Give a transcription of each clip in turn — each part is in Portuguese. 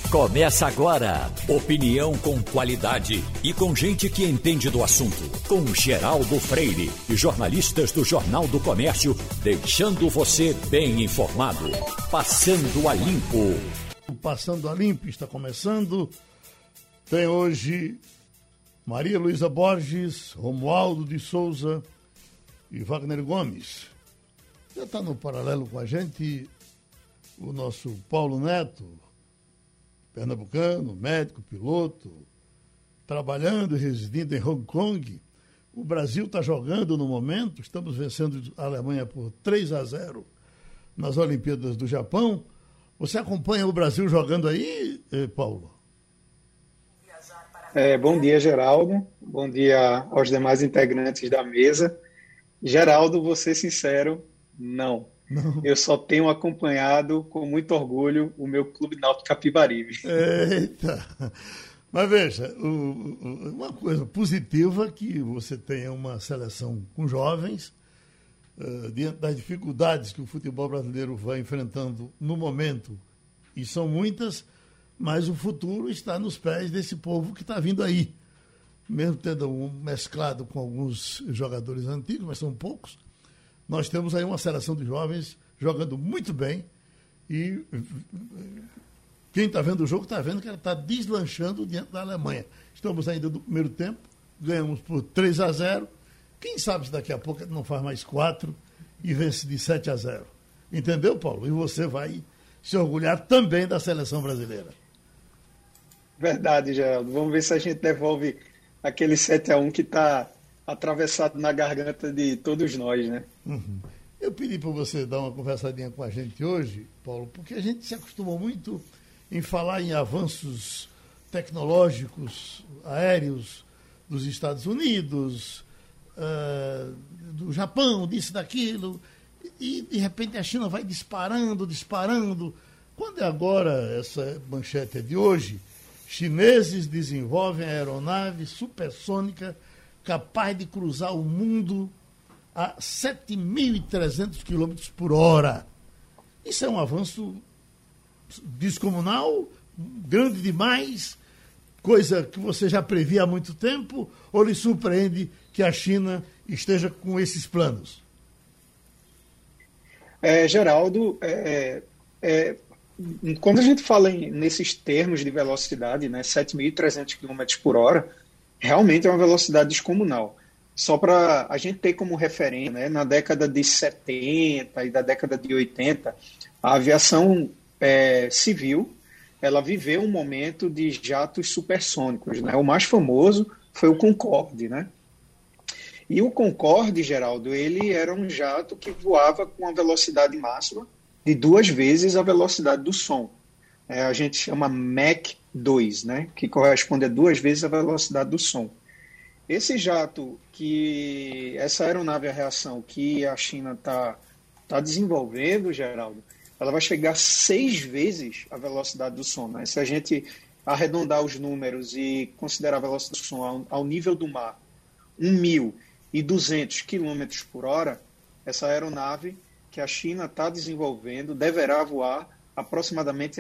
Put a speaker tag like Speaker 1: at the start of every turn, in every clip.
Speaker 1: Começa agora. Opinião com qualidade e com gente que entende do assunto. Com Geraldo Freire e jornalistas do Jornal do Comércio, deixando você bem informado. Passando a Limpo.
Speaker 2: O Passando a Limpo está começando. Tem hoje Maria Luísa Borges, Romualdo de Souza e Wagner Gomes. Já está no paralelo com a gente o nosso Paulo Neto, pernambucano, médico, piloto, trabalhando e residindo em Hong Kong. O Brasil está jogando no momento, estamos vencendo a Alemanha por 3-0 nas Olimpíadas do Japão. Você acompanha o Brasil jogando aí, Paulo?
Speaker 3: Bom dia, Geraldo. Bom dia aos demais integrantes da mesa. Geraldo, vou ser sincero, não. Eu só tenho acompanhado com muito orgulho o meu Clube Náutico Capibaribe.
Speaker 2: Eita! Mas veja, uma coisa positiva é que você tenha uma seleção com jovens, diante das dificuldades que o futebol brasileiro vai enfrentando no momento, e são muitas, mas o futuro está nos pés desse povo que está vindo aí. Mesmo tendo mesclado com alguns jogadores antigos, mas são poucos, nós temos aí uma seleção de jovens jogando muito bem e quem está vendo o jogo está vendo que ela está deslanchando diante da Alemanha. Estamos ainda no primeiro tempo, ganhamos por 3-0. Quem sabe se daqui a pouco não faz mais 4 e vence de 7-0. Entendeu, Paulo? E você vai se orgulhar também da seleção brasileira.
Speaker 3: Verdade, Geraldo. Vamos ver se a gente devolve aquele 7-1 que está atravessado na garganta de todos nós, né?
Speaker 2: Uhum. Eu pedi para você dar uma conversadinha com a gente hoje, Paulo, porque a gente se acostumou muito em falar em avanços tecnológicos aéreos dos Estados Unidos, do Japão, disso, daquilo, e de repente a China vai disparando. Quando é agora, essa manchete é de hoje, chineses desenvolvem a aeronave supersônica capaz de cruzar o mundo a 7.300 km por hora. Isso é um avanço descomunal, grande demais, coisa que você já previa há muito tempo, ou lhe surpreende que a China esteja com esses planos?
Speaker 3: Geraldo, quando a gente fala nesses termos de velocidade, né, 7.300 km por hora, realmente é uma velocidade descomunal. Só para a gente ter como referência, né, na década de 70 e da década de 80, a aviação civil, ela viveu um momento de jatos supersônicos, né? O mais famoso foi o Concorde, né? E o Concorde, Geraldo, ele era um jato que voava com a velocidade máxima de 2 vezes a velocidade do som. A gente chama Mach 2, né? Que corresponde a 2 vezes a velocidade do som. Esse jato, essa aeronave a reação que a China está desenvolvendo, Geraldo, ela vai chegar 6 vezes a velocidade do som, né? Se a gente arredondar os números e considerar a velocidade do som ao nível do mar, 1.200 km por hora, essa aeronave que a China está desenvolvendo deverá voar aproximadamente a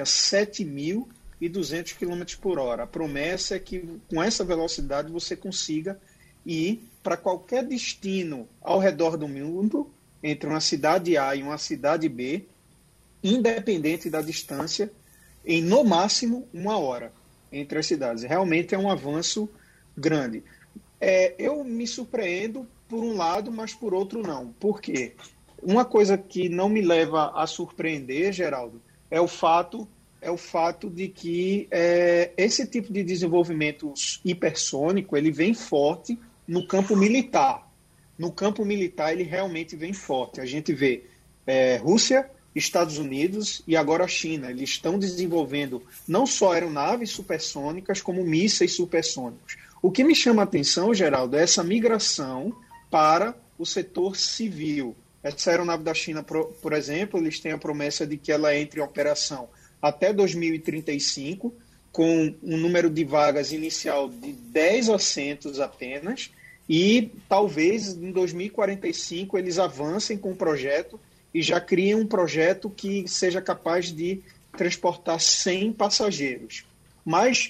Speaker 3: 7.200 km por hora. A promessa é que com essa velocidade você consiga ir para qualquer destino ao redor do mundo, entre uma cidade A e uma cidade B, independente da distância, em no máximo 1 hora entre as cidades. Realmente é um avanço grande. Eu me surpreendo por um lado, mas por outro não. Por quê? Uma coisa que não me leva a surpreender, Geraldo, é o fato de que esse tipo de desenvolvimento hipersônico ele vem forte no campo militar. No campo militar ele realmente vem forte. A gente vê Rússia, Estados Unidos e agora a China. Eles estão desenvolvendo não só aeronaves supersônicas, como mísseis supersônicos. O que me chama a atenção, Geraldo, é essa migração para o setor civil. Essa aeronave da China, por exemplo, eles têm a promessa de que ela entre em operação até 2035, com um número de vagas inicial de 10 assentos apenas, e talvez em 2045 eles avancem com o projeto e já criem um projeto que seja capaz de transportar 100 passageiros. Mas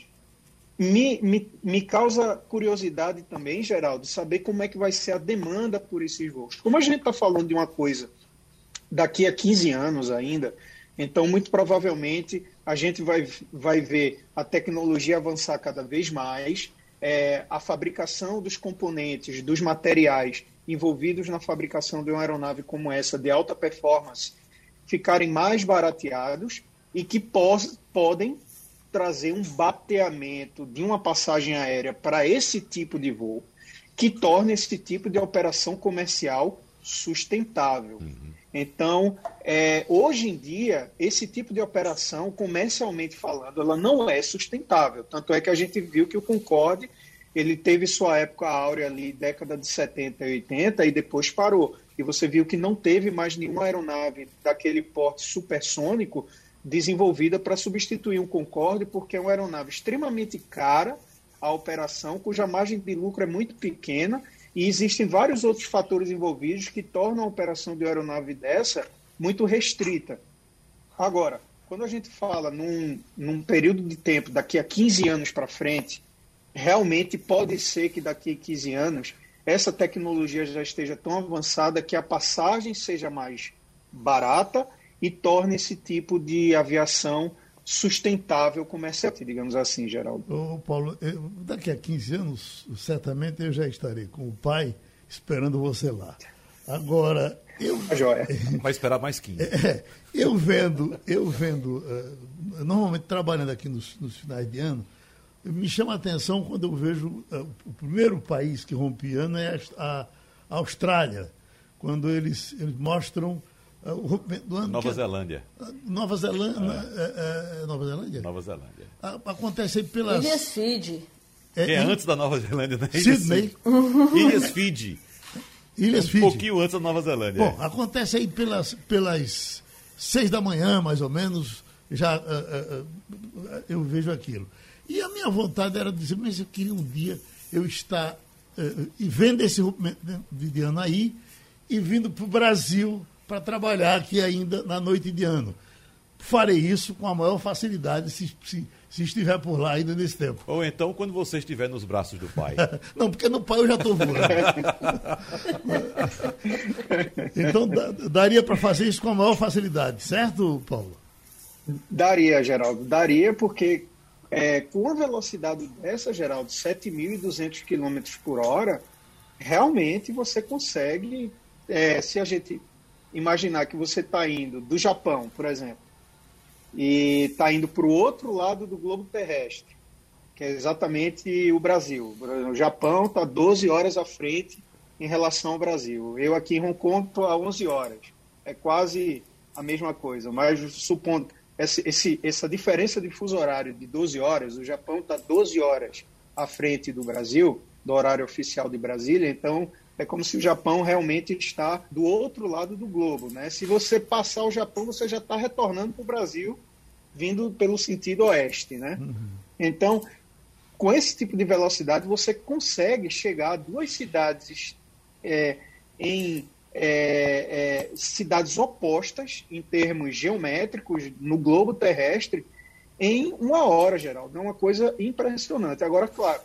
Speaker 3: me causa curiosidade também, Geraldo, saber como é que vai ser a demanda por esses voos. Como a gente está falando de uma coisa daqui a 15 anos ainda, então muito provavelmente a gente vai ver a tecnologia avançar cada vez mais, a fabricação dos componentes, dos materiais envolvidos na fabricação de uma aeronave como essa, de alta performance, ficarem mais barateados e que podem trazer um bateamento de uma passagem aérea para esse tipo de voo, que torne esse tipo de operação comercial sustentável. Então, hoje em dia, esse tipo de operação, comercialmente falando, ela não é sustentável. Tanto é que a gente viu que o Concorde, ele teve sua época áurea ali, década de 70 e 80, e depois parou. E você viu que não teve mais nenhuma aeronave daquele porte supersônico desenvolvida para substituir um Concorde, porque é uma aeronave extremamente cara, a operação, cuja margem de lucro é muito pequena, e existem vários outros fatores envolvidos que tornam a operação de uma aeronave dessa muito restrita. Agora, quando a gente fala num período de tempo, daqui a 15 anos para frente, realmente pode ser que daqui a 15 anos essa tecnologia já esteja tão avançada que a passagem seja mais barata e torne esse tipo de aviação sustentável comercialmente, digamos assim, Geraldo.
Speaker 2: Ô, Paulo, daqui a 15 anos, certamente eu já estarei com o pai esperando você lá. Agora,
Speaker 4: vai esperar mais 15.
Speaker 2: Eu vendo, normalmente trabalhando aqui nos finais de ano, me chama a atenção quando eu vejo o primeiro país que rompe ano é a Austrália, quando eles mostram o rompimento do ano.
Speaker 4: Nova Zelândia.
Speaker 2: Nova Zelândia? Nova Zelândia?
Speaker 4: Nova Zelândia.
Speaker 2: Acontece aí pelas...
Speaker 5: Ilhas Fiji.
Speaker 4: Antes da Nova Zelândia, né?
Speaker 2: Sydney.
Speaker 4: Ilhas Fiji.
Speaker 2: Ilhas Fiji.
Speaker 4: Um pouquinho antes da Nova Zelândia.
Speaker 2: Bom, acontece aí pelas 6 da manhã, mais ou menos, já eu vejo aquilo. E a minha vontade era dizer, mas eu queria um dia eu estar vendo esse rompimento de ano aí e vindo para o Brasil para trabalhar aqui ainda na noite de ano. Farei isso com a maior facilidade se estiver por lá ainda nesse tempo.
Speaker 4: Ou então quando você estiver nos braços do pai.
Speaker 2: Não, porque no pai eu já estou voando. Então daria para fazer isso com a maior facilidade, certo, Paulo?
Speaker 3: Daria, Geraldo. Daria porque com a velocidade dessa, Geraldo, 7.200 km por hora, realmente você consegue, se a gente imaginar que você está indo do Japão, por exemplo, e está indo para o outro lado do globo terrestre, que é exatamente o Brasil. O Japão está 12 horas à frente em relação ao Brasil. Eu aqui em Hong Kong estou a 11 horas. É quase a mesma coisa, mas supondo essa diferença de fuso horário de 12 horas, o Japão está 12 horas à frente do Brasil, do horário oficial de Brasília, então é como se o Japão realmente está do outro lado do globo, né? Se você passar o Japão, você já está retornando para o Brasil, vindo pelo sentido oeste, né? Então, com esse tipo de velocidade, você consegue chegar a duas cidades em cidades opostas em termos geométricos no globo terrestre em 1 hora, Geraldo. É uma coisa impressionante. Agora, claro,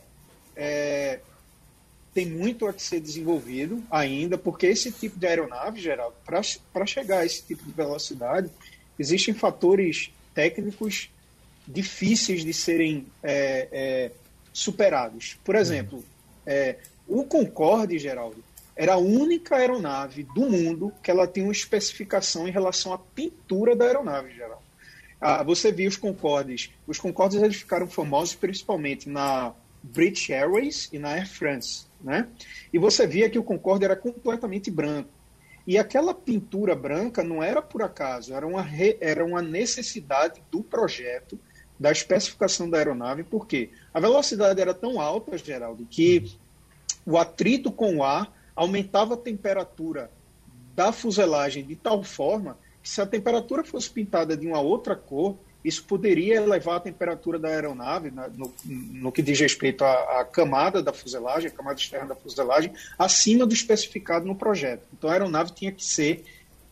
Speaker 3: tem muito a ser desenvolvido ainda, porque esse tipo de aeronave, Geraldo, para chegar a esse tipo de velocidade, existem fatores técnicos difíceis de serem superados. Por exemplo, o Concorde, Geraldo, era a única aeronave do mundo que ela tem uma especificação em relação à pintura da aeronave, Geraldo. Você viu os Concordes. Os Concordes eles ficaram famosos principalmente na British Airways e na Air France, né? E você via que o Concorde era completamente branco. E aquela pintura branca não era por acaso, era uma necessidade do projeto, da especificação da aeronave, porque a velocidade era tão alta, Geraldo, que o atrito com o ar aumentava a temperatura da fuselagem de tal forma que, se a temperatura fosse pintada de uma outra cor, isso poderia elevar a temperatura da aeronave, no que diz respeito à camada da fuselagem, a camada externa da fuselagem, acima do especificado no projeto. Então a aeronave tinha que ser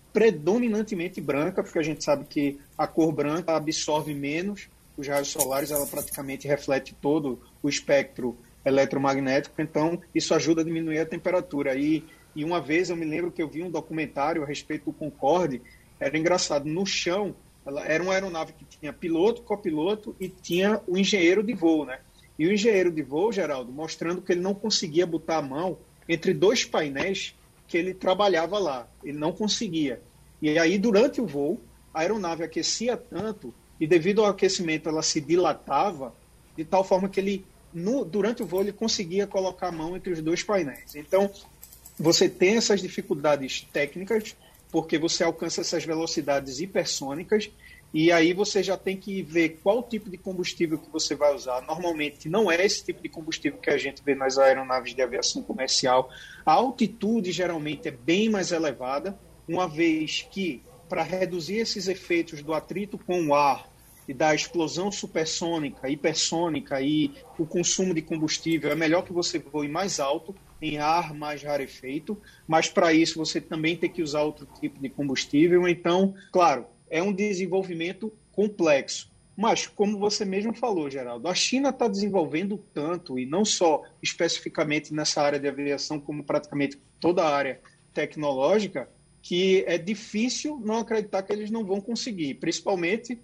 Speaker 3: predominantemente branca, porque a gente sabe que a cor branca absorve menos os raios solares, ela praticamente reflete todo o espectro eletromagnético, então isso ajuda a diminuir a temperatura. E uma vez eu me lembro que eu vi um documentário a respeito do Concorde, era engraçado, no chão, ela era uma aeronave que tinha piloto, copiloto e tinha o engenheiro de voo, né? E o engenheiro de voo, Geraldo, mostrando que ele não conseguia botar a mão entre dois painéis que ele trabalhava lá. Ele não conseguia. E aí, durante o voo, a aeronave aquecia tanto e, devido ao aquecimento, ela se dilatava de tal forma que ele, durante o voo, ele conseguia colocar a mão entre os dois painéis. Então, você tem essas dificuldades técnicas, porque você alcança essas velocidades hipersônicas, e aí você já tem que ver qual tipo de combustível que você vai usar. Normalmente não é esse tipo de combustível que a gente vê nas aeronaves de aviação comercial. A altitude geralmente é bem mais elevada, uma vez que, para reduzir esses efeitos do atrito com o ar e da explosão supersônica, hipersônica e o consumo de combustível, é melhor que você voe mais alto, em ar mais rarefeito, mas para isso você também tem que usar outro tipo de combustível. Então, claro, é um desenvolvimento complexo. Mas, como você mesmo falou, Geraldo, a China está desenvolvendo tanto, e não só especificamente nessa área de aviação, como praticamente toda a área tecnológica, que é difícil não acreditar que eles não vão conseguir, principalmente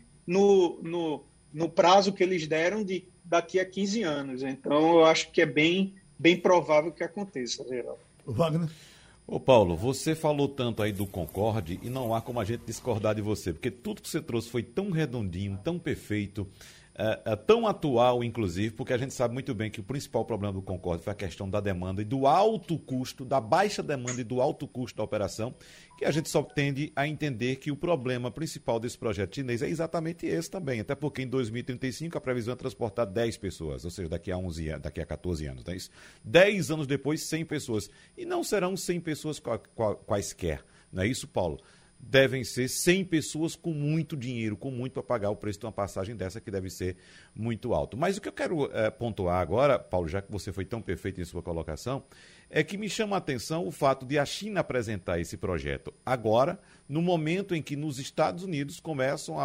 Speaker 3: no prazo que eles deram de daqui a 15 anos. Então, eu acho que é bem provável que aconteça, Geraldo.
Speaker 2: Wagner?
Speaker 4: Ô Paulo, você falou tanto aí do Concorde e não há como a gente discordar de você, porque tudo que você trouxe foi tão redondinho, tão perfeito, tão atual, inclusive, porque a gente sabe muito bem que o principal problema do Concorde foi a questão da demanda e do alto custo, da baixa demanda e do alto custo da operação, que a gente só tende a entender que o problema principal desse projeto chinês é exatamente esse também, até porque em 2035 a previsão é transportar 10 pessoas, ou seja, daqui a 14 anos, né? 10 anos depois, 100 pessoas, e não serão 100 pessoas quaisquer, não é isso, Paulo? Devem ser 100 pessoas com muito dinheiro, com muito para pagar o preço de uma passagem dessa, que deve ser muito alto. Mas o que eu quero pontuar agora, Paulo, já que você foi tão perfeito em sua colocação, é que me chama a atenção o fato de a China apresentar esse projeto agora, no momento em que nos Estados Unidos começam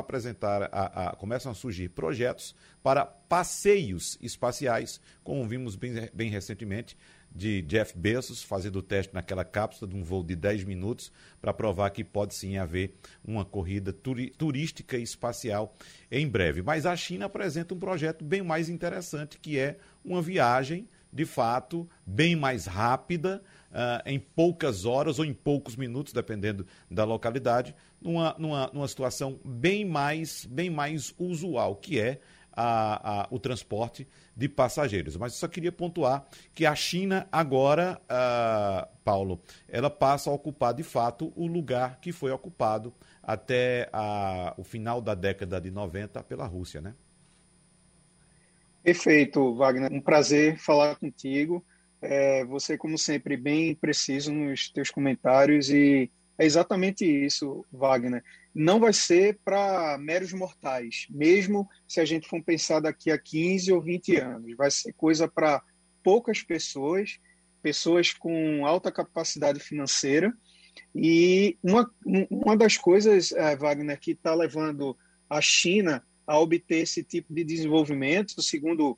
Speaker 4: a surgir projetos para passeios espaciais, como vimos bem recentemente, de Jeff Bezos fazendo o teste naquela cápsula de um voo de 10 minutos para provar que pode sim haver uma corrida turística espacial em breve. Mas a China apresenta um projeto bem mais interessante, que é uma viagem, de fato, bem mais rápida, em poucas horas ou em poucos minutos, dependendo da localidade, numa situação bem mais usual, que é o transporte de passageiros. Mas eu só queria pontuar que a China agora, Paulo, ela passa a ocupar de fato o lugar que foi ocupado até o final da década de 90 pela Rússia, né?
Speaker 3: Perfeito, Wagner. Um prazer falar contigo. Você, como sempre, bem preciso nos teus comentários, e é exatamente isso, Wagner. Não vai ser para meros mortais, mesmo se a gente for pensar daqui a 15 ou 20 anos. Vai ser coisa para poucas pessoas com alta capacidade financeira. E uma das coisas, Wagner, que está levando a China a obter esse tipo de desenvolvimento, segundo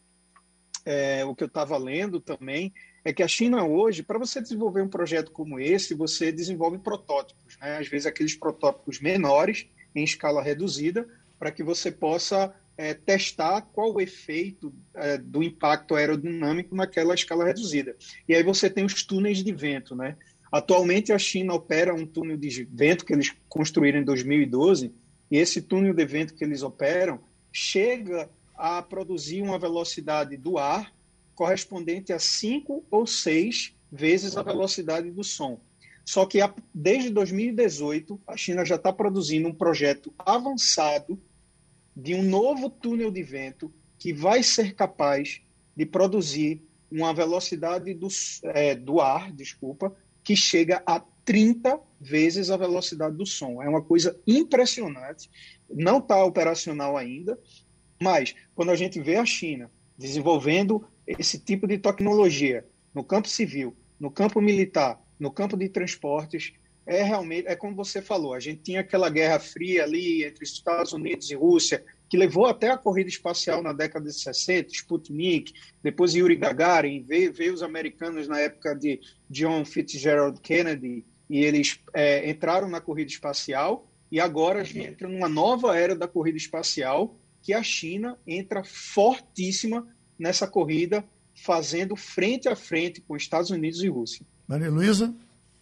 Speaker 3: o que eu estava lendo também, é que a China hoje, para você desenvolver um projeto como esse, você desenvolve protótipos, né? Às vezes aqueles protótipos menores, em escala reduzida, para que você possa testar qual o efeito do impacto aerodinâmico naquela escala reduzida. E aí você tem os túneis de vento, né? Atualmente a China opera um túnel de vento que eles construíram em 2012, e esse túnel de vento que eles operam chega a produzir uma velocidade do ar correspondente a 5 ou 6 vezes a velocidade do som. Só que desde 2018, a China já está produzindo um projeto avançado de um novo túnel de vento que vai ser capaz de produzir uma velocidade do ar, que chega a 30 vezes a velocidade do som. É uma coisa impressionante, não está operacional ainda, mas quando a gente vê a China desenvolvendo esse tipo de tecnologia no campo civil, no campo militar, no campo de transportes, realmente, como você falou, a gente tinha aquela guerra fria ali entre Estados Unidos e Rússia, que levou até a corrida espacial na década de 60, Sputnik, depois Yuri Gagarin, veio os americanos na época de John Fitzgerald Kennedy, e eles entraram na corrida espacial, e agora a gente entra numa nova era da corrida espacial, que a China entra fortíssima nessa corrida, fazendo frente a frente com os Estados Unidos e Rússia.
Speaker 2: Maria Luísa?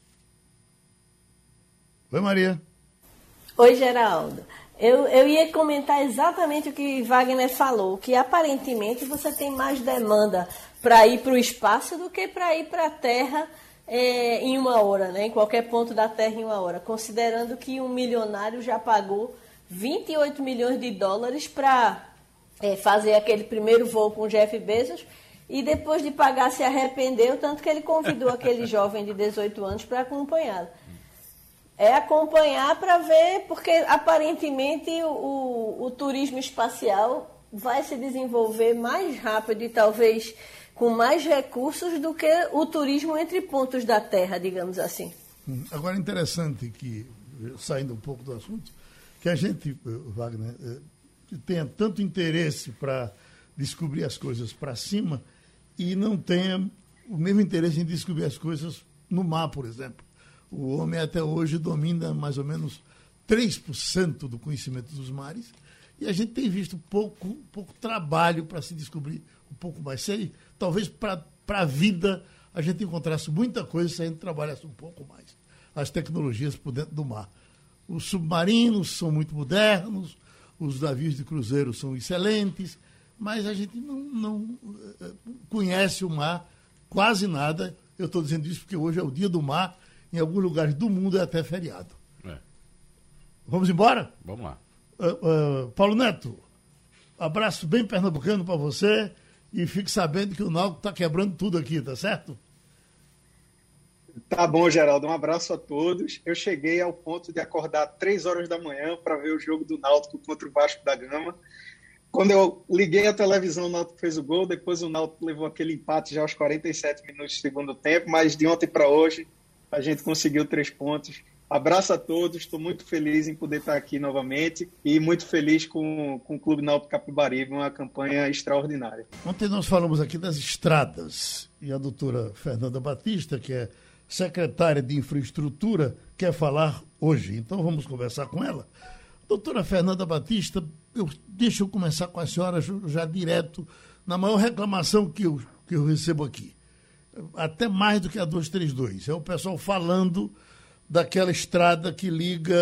Speaker 2: Oi, Maria.
Speaker 5: Oi, Geraldo. Eu ia comentar exatamente o que Wagner falou, que aparentemente você tem mais demanda para ir para o espaço do que para ir para a Terra em 1 hora, né? Em qualquer ponto da Terra em 1 hora, considerando que um milionário já pagou 28 milhões de dólares para fazer aquele primeiro voo com o Jeff Bezos e depois de pagar se arrependeu, tanto que ele convidou aquele jovem de 18 anos para acompanhá-lo. É acompanhar para ver, porque aparentemente o turismo espacial vai se desenvolver mais rápido e talvez com mais recursos do que o turismo entre pontos da Terra, digamos assim.
Speaker 2: Agora, interessante que, saindo um pouco do assunto, que a gente, Wagner, tenha tanto interesse para descobrir as coisas para cima e não tenha o mesmo interesse em descobrir as coisas no mar, por exemplo. O homem até hoje domina mais ou menos 3% do conhecimento dos mares e a gente tem visto pouco trabalho para se descobrir um pouco mais. Talvez para a vida a gente encontrasse muita coisa se a gente trabalhasse um pouco mais as tecnologias por dentro do mar. Os submarinos são muito modernos, os navios de cruzeiro são excelentes, mas a gente não conhece o mar quase nada. Eu estou dizendo isso porque hoje é o dia do mar. Em alguns lugares do mundo é até feriado. Vamos embora?
Speaker 4: Vamos lá.
Speaker 2: Paulo Neto, abraço bem pernambucano para você e fique sabendo que o Náutico está quebrando tudo aqui, tá certo?
Speaker 3: Tá bom, Geraldo. Um abraço a todos. Eu cheguei ao ponto de acordar 3 horas da manhã para ver o jogo do Náutico contra o Vasco da Gama. Quando eu liguei a televisão, o Náutico fez o gol, depois o Náutico levou aquele empate já aos 47 minutos do segundo tempo, mas de ontem para hoje a gente conseguiu 3 pontos. Abraço a todos, estou muito feliz em poder estar aqui novamente e muito feliz com o Clube Náutico Capibaribe, uma campanha extraordinária.
Speaker 2: Ontem nós falamos aqui das estradas e a doutora Fernanda Batista, que é secretária de Infraestrutura, quer falar hoje. Então vamos conversar com ela. Doutora Fernanda Batista, deixa eu começar com a senhora já direto na maior reclamação que eu recebo aqui. Até mais do que a 232. É o pessoal falando daquela estrada que liga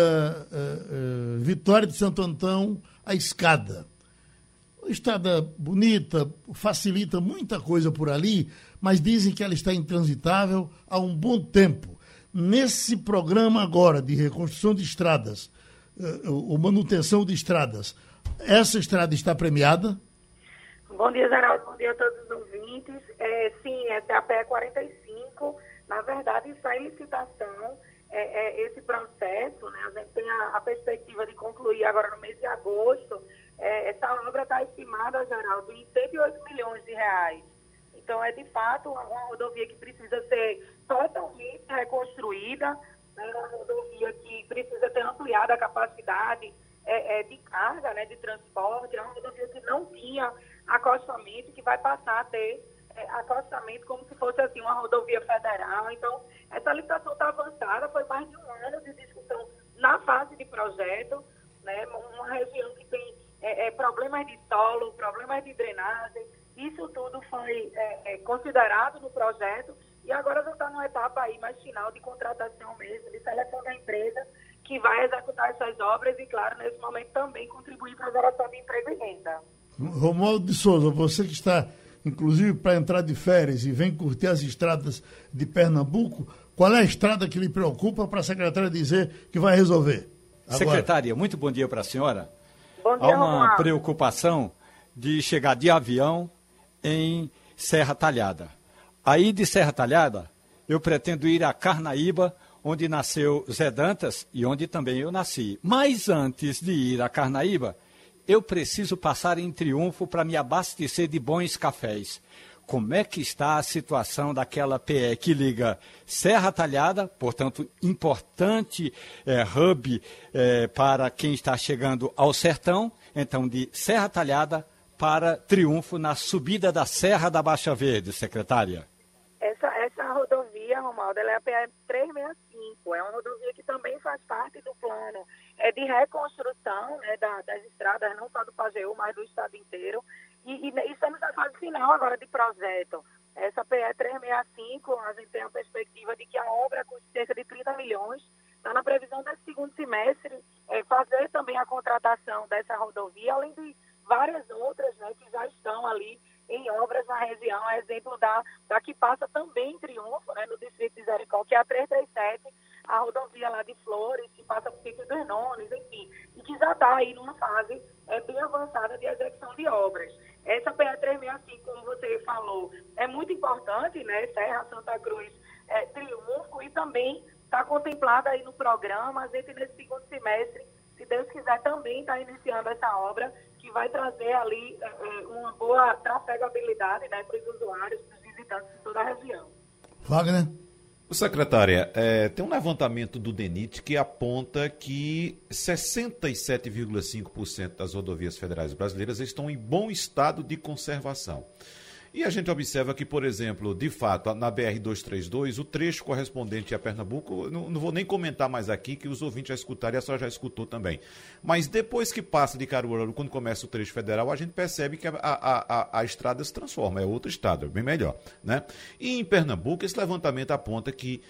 Speaker 2: Vitória de Santo Antão à Escada. Estrada bonita, facilita muita coisa por ali, mas dizem que ela está intransitável há um bom tempo. Nesse programa agora de reconstrução de estradas, ou manutenção de estradas, essa estrada está premiada?
Speaker 6: Bom dia, Geraldo. Bom dia a todos os ouvintes. Sim, essa é a PE 45. Na verdade, está em licitação esse processo, né? A gente tem a perspectiva de concluir agora no mês de agosto. Essa obra está estimada, Geraldo, em 108 milhões de reais. Então, de fato, uma rodovia que precisa ser totalmente reconstruída, né? Uma rodovia que precisa ter ampliada a capacidade de carga, né, de transporte. É uma rodovia que não tinha acostamento, que vai passar a ter acostamento como se fosse assim uma rodovia federal. Então, essa licitação está avançada, foi mais de 1 ano de discussão na fase de projeto, né, uma região que tem problemas de solo, problemas de drenagem, isso tudo foi considerado no projeto e agora já está numa etapa aí mais final de contratação mesmo, de seleção da empresa que vai executar essas obras e, claro, nesse momento também contribuir para a geração de emprego e renda.
Speaker 2: Romualdo de Souza, você que está, inclusive, para entrar de férias e vem curtir as estradas de Pernambuco, qual é a estrada que lhe preocupa para a secretária dizer que vai resolver? Agora.
Speaker 7: Secretária, muito bom dia para a senhora.
Speaker 6: Bom dia,
Speaker 7: Há uma
Speaker 6: Romualdo.
Speaker 7: preocupação de chegar de avião em Serra Talhada. Aí de Serra Talhada, eu pretendo ir a Carnaíba, onde nasceu Zé Dantas e onde também eu nasci. Mas antes de ir a Carnaíba, eu preciso passar em Triunfo para me abastecer de bons cafés. como é que está a situação daquela PE que liga Serra Talhada, portanto, importante hub para quem está chegando ao sertão, então de Serra Talhada para Triunfo na subida da Serra da Baixa Verde, secretária?
Speaker 6: Essa rodovia, Romaldo, ela é a PE 365, é uma rodovia que também faz parte do plano de reconstrução, né, das estradas, não só do Pajeú, mas do estado inteiro. E estamos na fase final agora de projeto. Essa PE 365, a gente tem a perspectiva de que a obra custa cerca de 30 milhões. Está na previsão desse segundo semestre fazer também a contratação dessa rodovia, além de várias outras, né, que já estão ali em obras na região. Exemplo da que passa também em Triunfo, né, no distrito de Jericó, que é a 337, a rodovia lá de Flores, que passa por sítio dos Nones, enfim, e que já está aí numa fase bem avançada de execução de obras. Essa PE 365, como você falou, é muito importante, né? Serra, Santa Cruz, Triunfo, e também está contemplada aí no programa. A gente, nesse segundo semestre, se Deus quiser, também está iniciando essa obra, que vai trazer ali uma boa trafegabilidade, né, para os usuários, para os visitantes de toda a região.
Speaker 2: Wagner?
Speaker 4: Secretária, tem um levantamento do DENIT que aponta que 67,5% das rodovias federais brasileiras estão em bom estado de conservação. E a gente observa que, por exemplo, de fato, na BR-232, o trecho correspondente a Pernambuco, não vou nem comentar mais aqui, que os ouvintes já escutaram e a senhora já escutou também. Mas depois que passa de Caruaru, quando começa o trecho federal, a gente percebe que a estrada se transforma, é outro estado, é bem melhor, né? E em Pernambuco, esse levantamento aponta que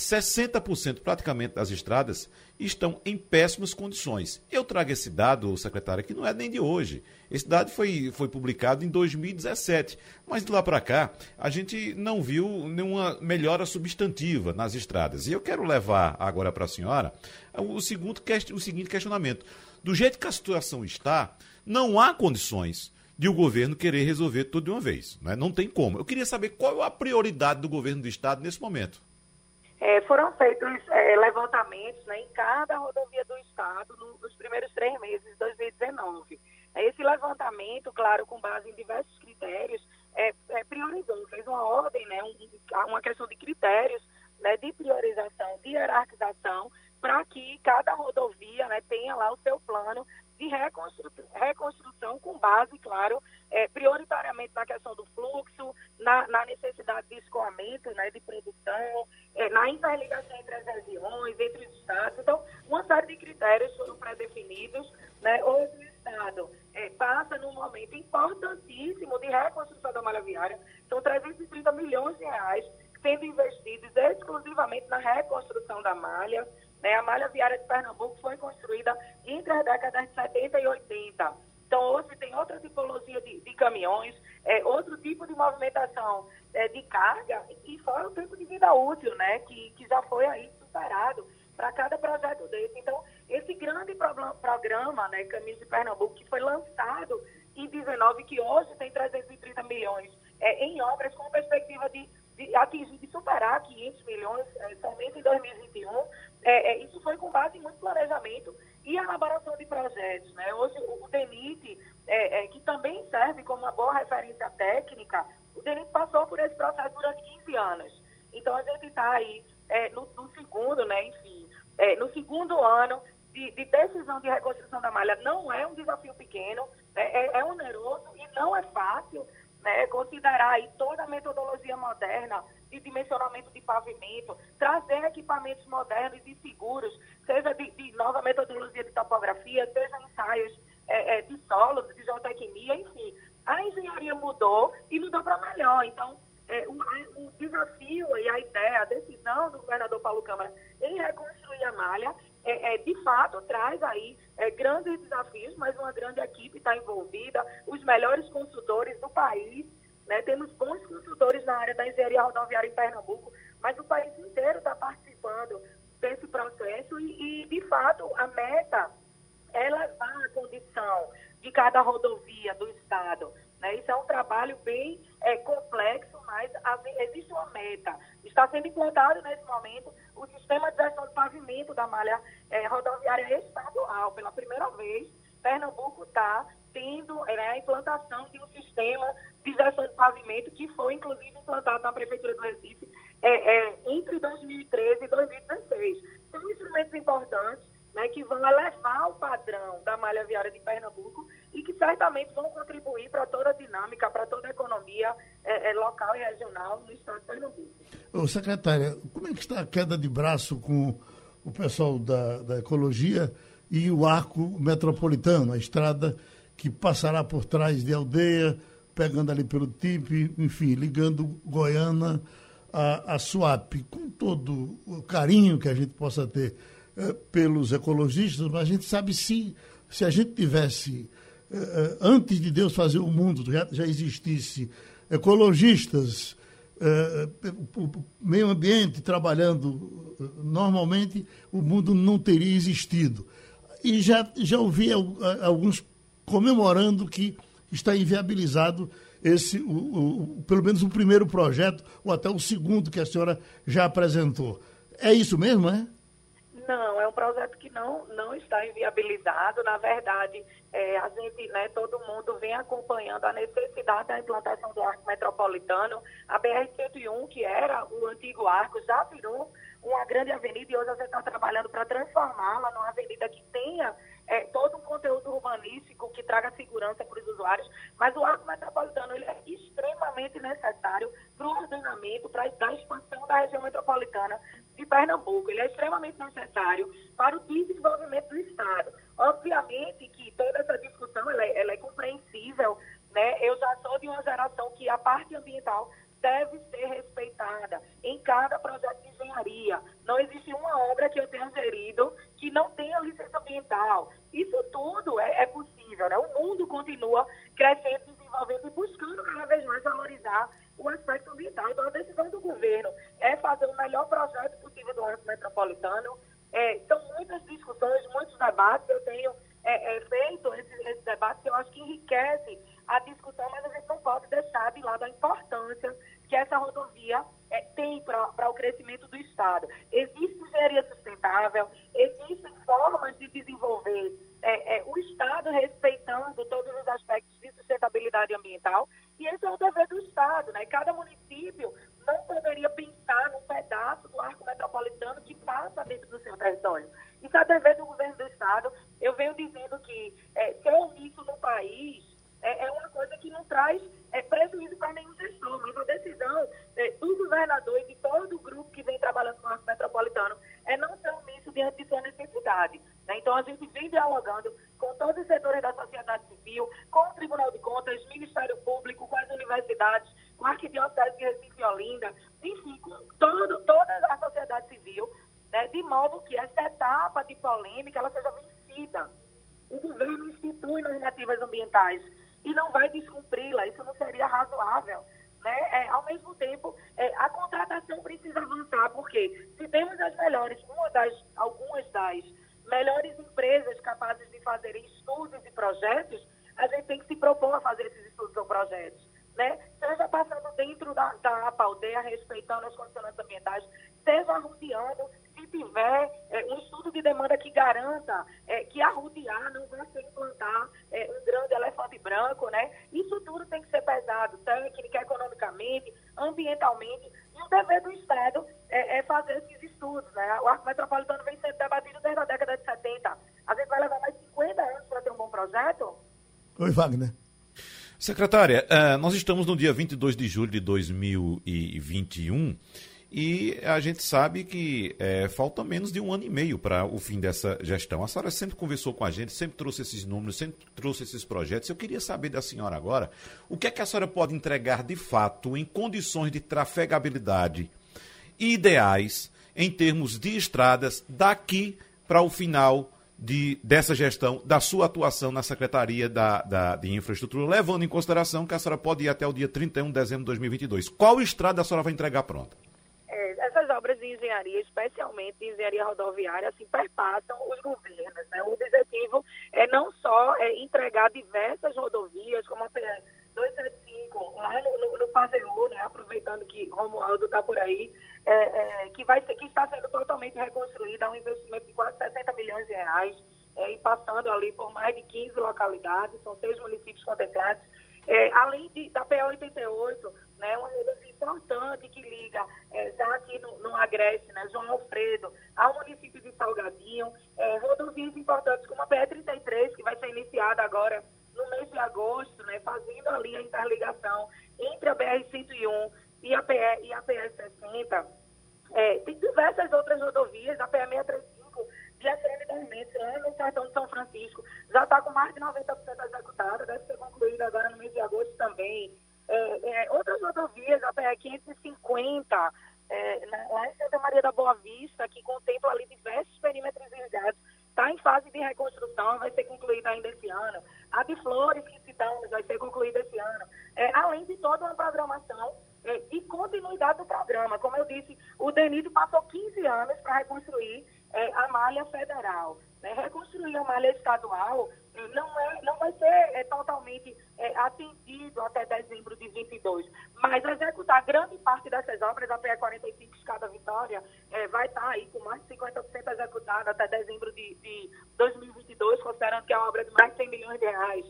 Speaker 4: 60% praticamente das estradas estão em péssimas condições. Eu trago esse dado, secretária, que não é nem de hoje. Esse dado foi publicado em 2017, mas de lá para cá a gente não viu nenhuma melhora substantiva nas estradas. E eu quero levar agora para a senhora o seguinte questionamento. Do jeito que a situação está, não há condições de o governo querer resolver tudo de uma vez, né? Não tem como. Eu queria saber qual é a prioridade do governo do estado nesse momento.
Speaker 6: Foram feitos levantamentos, né, em cada rodovia do estado nos primeiros 3 meses de 2019. Esse levantamento, claro, com base em diversos critérios, priorizou, fez uma ordem, né, uma questão de critérios, né, de priorização, de hierarquização, para que cada rodovia, né, tenha lá o seu plano de reconstrução com base, claro, prioritariamente na questão do fluxo, na necessidade de escoamento, né, de produção, na interligação entre as regiões, entre os estados. Então, uma série de critérios foram pré-definidos, né? Hoje o estado passa num momento importantíssimo de reconstrução da malha viária. São 330 milhões de reais sendo investidos exclusivamente na reconstrução da malha. A malha viária de Pernambuco foi construída entre as décadas de 70 e 80. Então, hoje tem outra tipologia de caminhões, outro tipo de movimentação de carga, e fora o tempo de vida útil, né, que já foi aí superado para cada projeto desse. Então, esse grande programa, né, Caminhos de Pernambuco, que foi lançado em 19, que hoje tem 330 milhões em obras, com perspectiva de atingir, de superar 500 milhões somente em 2021, isso foi com base em muito planejamento e elaboração de projetos, né? Hoje o DENIT, que também serve como uma boa referência técnica, o DENIT passou por esse processo durante 15 anos. Então a gente está aí no segundo, né, enfim, no segundo ano de decisão de reconstrução da malha. Não é um desafio pequeno, é oneroso e não é fácil, né, considerar aí toda a metodologia moderna de dimensionamento de pavimento, trazer equipamentos modernos e seguros, seja de nova metodologia de topografia, seja ensaios de solo, de geotecnia, enfim. A engenharia mudou e mudou para melhor. Então, o desafio e a ideia, a decisão do governador Paulo Câmara em reconstruir a malha, de fato, traz aí grandes desafios, mas uma grande equipe está envolvida, os melhores consultores do país, né? Temos bons consultores na área da engenharia rodoviária em Pernambuco, mas o país inteiro está participando desse processo e, de fato, a meta é levar a condição de cada rodovia do estado, né? Isso é um trabalho bem complexo, mas existe uma meta. Está sendo implantado nesse momento o sistema de gestão de pavimento da malha rodoviária estadual. Pela primeira vez, Pernambuco está tendo a implantação de um sistema de gestão de pavimento que foi, inclusive, implantado na Prefeitura do Recife entre 2013 e 2016. São instrumentos importantes, né, que vão elevar o padrão da malha viária de Pernambuco e que certamente vão contribuir para toda a dinâmica, para toda a economia local e regional no estado de Pernambuco.
Speaker 2: Ô, secretária, como é que está a queda de braço com o pessoal da ecologia e o arco metropolitano, a estrada que passará por trás de Aldeia, pegando ali pelo TIP, enfim, ligando Goiânia a Suape, com todo o carinho que a gente possa ter pelos ecologistas, mas a gente sabe se a gente tivesse, antes de Deus fazer o mundo, já existisse ecologistas, o meio ambiente trabalhando normalmente, o mundo não teria existido. E já ouvi alguns comemorando que está inviabilizado pelo menos o primeiro projeto, ou até o segundo que a senhora já apresentou. É isso mesmo, é?
Speaker 6: Não, é um projeto que não está inviabilizado. Na verdade, a gente, né, todo mundo vem acompanhando a necessidade da implantação do arco metropolitano. A BR-101, que era o antigo arco, já virou uma grande avenida e hoje a gente está trabalhando para transformá-la numa avenida que tenha todo um conteúdo urbanístico que traga segurança para os usuários, mas o arco metropolitano ele é extremamente necessário para o ordenamento, para a expansão da região metropolitana de Pernambuco. Ele é extremamente necessário para o desenvolvimento do Estado. Obviamente que toda essa discussão ela é compreensível, né? Eu já sou de uma geração que a parte ambiental deve ser respeitada em cada projeto de engenharia. Não existe uma obra que eu tenha gerido que não tenha licença ambiental. Isso tudo é possível, né? O mundo continua crescendo, desenvolvendo e buscando cada vez mais valorizar o aspecto ambiental. Então, a decisão do governo é fazer o melhor projeto possível do arco metropolitano. São muitas discussões, muitos debates. Eu tenho feito esse debate que eu acho que enriquece a discussão, mas a gente não pode deixar de lado a importância que essa rodovia tem para o crescimento do Estado. Existe engenharia sustentável, existem formas de desenvolver o Estado respeitando todos os aspectos de sustentabilidade ambiental, e esse é o dever do Estado, né? Cada município não poderia pensar num pedaço do arco metropolitano que passa dentro do seu território. Isso é dever do governo do Estado. Eu venho dizendo que ser omisso no país é uma coisa que não traz prejuízo para nenhum gestor, mas a decisão do governador e de todo o grupo que vem trabalhando com o arco metropolitano é não ser omisso diante de sua necessidade, né? Então, a gente vem dialogando com todos os setores da sociedade civil, com o Tribunal de Contas, Ministério Público, com as universidades, com a Arquidiocese de Recife e Olinda, enfim, com toda a sociedade civil, né, de modo que essa etapa de polêmica ela seja vencida. O governo institui normativas ambientais e não vai descumpri-la, isso não seria razoável, né? Ao mesmo tempo, a contratação precisa avançar, porque se temos as melhores, algumas das melhores empresas capazes de fazerem estudos e projetos, a gente tem que se propor a fazer esses estudos ou projetos, né? Seja passando dentro da APA-Aldeia, respeitando as condicionantes ambientais, seja arrodeando, se tiver um estudo de demanda que garanta que arrodear não vai ser implantar um grande elefante branco, né? Isso tudo tem que ser pesado, técnica, economicamente, ambientalmente, e o dever do Estado é fazer esses estudos, né? O arco metropolitano vem sendo debatido desde a década de 70. A gente vai levar mais 50 anos para ter um bom projeto?
Speaker 2: Oi, Wagner.
Speaker 4: Secretária, nós estamos no dia 22 de julho de 2021 e a gente sabe que falta menos de 1 ano e meio para o fim dessa gestão. A senhora sempre conversou com a gente, sempre trouxe esses números, sempre trouxe esses projetos. Eu queria saber da senhora agora o que é que a senhora pode entregar de fato em condições de trafegabilidade ideais em termos de estradas daqui para o final dessa gestão, da sua atuação na Secretaria de Infraestrutura, levando em consideração que a senhora pode ir até o dia 31 de dezembro de 2022. Qual estrada a senhora vai entregar pronta?
Speaker 6: Essas obras de engenharia, especialmente de engenharia rodoviária, assim, perpassam os governos, né? O objetivo é não só entregar diversas rodovias, como a PR 275, lá no Pajeú, né? Aproveitando que Romualdo está por aí, que está sendo totalmente reconstruída, um investimento de quase 60 milhões de reais. e passando ali por mais de 15 localidades, são 6 municípios contemplados. Além da PE 88, né, uma rodovia importante que liga já aqui no Agreste, né, João Alfredo, ao município de Salgadinho, rodovias importantes como a PE 33, que vai ser iniciada agora no mês de agosto, né, fazendo ali a interligação entre a BR-101 e a PE 60. Tem diversas outras rodovias, a PE 635, de Acre das Mendes, lá no Sertão de São Francisco, já está com mais de 90% executada, deve ser concluída agora no mês de agosto também. Outras rodovias, a PE 550, lá em Santa Maria da Boa Vista, que contempla ali diversos perímetros irrigados, está em fase de reconstrução, vai ser concluída ainda esse ano. A de Flores, que citamos, vai ser concluída esse ano. Além de toda uma programação e continuidade do programa. Como eu disse, o DENIT passou 15 anos para reconstruir a malha federal. Né? Reconstruir a malha estadual não vai ser totalmente atendido até dezembro de 22, mas executar grande parte dessas obras, a PE 45 Escada Vitória, vai estar aí com mais de 50% executada até dezembro de 2022, considerando que é uma obra de mais de 100 milhões de reais.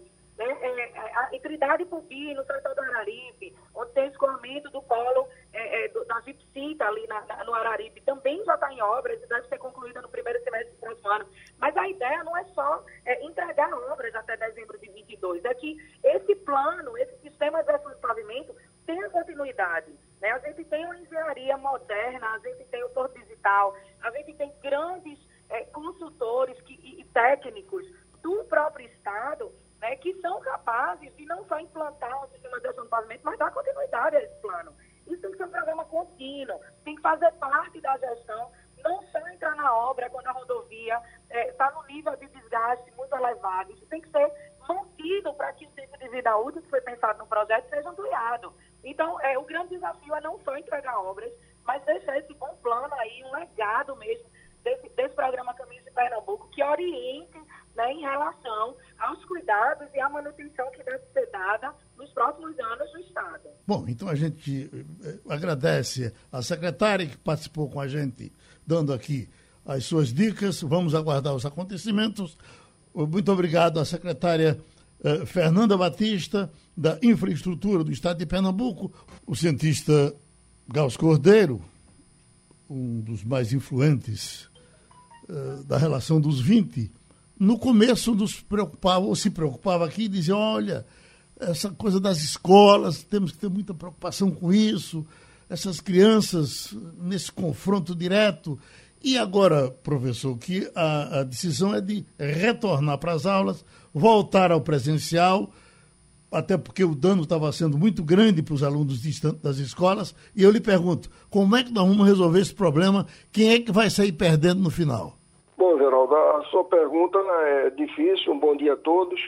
Speaker 6: A Trindade Pubi, no Sertão do Araripe, onde tem escoamento do polo da Gipsita ali no Araripe, também já está em obras e deve ser concluída no primeiro semestre do próximo ano. Mas a ideia não é só entregar obras até dezembro de 22, é que esse plano, esse sistema de gestão de pavimento tenha continuidade. Né? A gente tem uma engenharia moderna, a gente tem o Porto Digital, a gente tem grandes consultores e técnicos do próprio Estado, né, que são capazes de não só implantar um sistema de gestão de pavimento, mas dar continuidade a esse plano. Isso tem que ser um programa contínuo, tem que fazer parte da gestão, não só entrar na obra quando a rodovia está no nível de desgaste muito elevado. Isso tem que ser mantido para que o tempo de vida útil que foi pensado no projeto seja ampliado. Então, o grande desafio é não só entregar obras, mas deixar esse bom plano aí, um legado mesmo desse programa Caminhos de Pernambuco, que oriente, né, em relação aos cuidados e à manutenção que deve ser dada nos próximos anos no Estado.
Speaker 2: Bom, então a gente agradece a secretária que participou com a gente, dando aqui as suas dicas. Vamos aguardar os acontecimentos. Muito obrigado à secretária Fernanda Batista, da Infraestrutura do Estado de Pernambuco, o cientista Gauss Cordeiro, um dos mais influentes da relação dos 20, no começo se preocupava aqui e dizia, olha, essa coisa das escolas, temos que ter muita preocupação com isso, essas crianças nesse confronto direto. E agora, professor, que a decisão é de retornar para as aulas, voltar ao presencial, até porque o dano estava sendo muito grande para os alunos distantes das escolas. E eu lhe pergunto, como é que nós vamos resolver esse problema? Quem é que vai sair perdendo no final?
Speaker 8: Bom, Geraldo, a sua pergunta é difícil. Um bom dia a todos.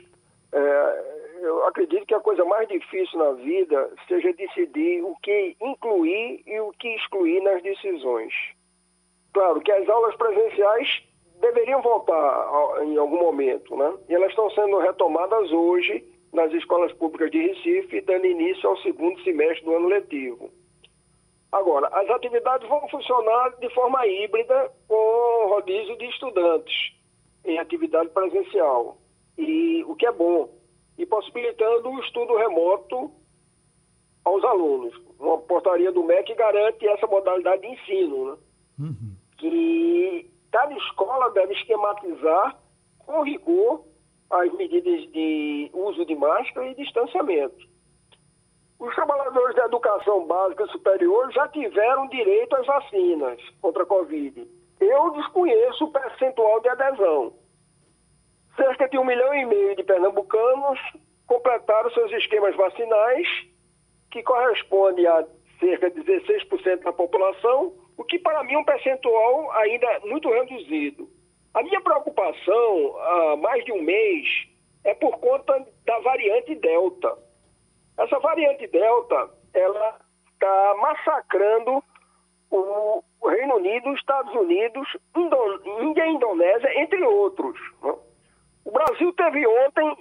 Speaker 8: Eu acredito que a coisa mais difícil na vida seja decidir o que incluir e o que excluir nas decisões. Claro que as aulas presenciais deveriam voltar em algum momento, né? E elas estão sendo retomadas hoje nas escolas públicas de Recife, dando início ao segundo semestre do ano letivo. Agora, as atividades vão funcionar de forma híbrida, com rodízio de estudantes em atividade presencial, e o que é bom, e possibilitando o estudo remoto aos alunos. Uma portaria do MEC garante essa modalidade de ensino, né? Uhum. Que cada escola deve esquematizar com rigor as medidas de uso de máscara e distanciamento. Os trabalhadores da educação básica superior já tiveram direito às vacinas contra a Covid. Eu desconheço o percentual de adesão. Cerca de 1,5 milhão de pernambucanos completaram seus esquemas vacinais, que corresponde a cerca de 16% da população, o que para mim é um percentual ainda muito reduzido. A minha preocupação há mais de um mês é por conta da variante Delta. Essa variante Delta, ela está massacrando o Reino Unido, Estados Unidos, Índia e Indonésia, entre outros, né? O Brasil teve ontem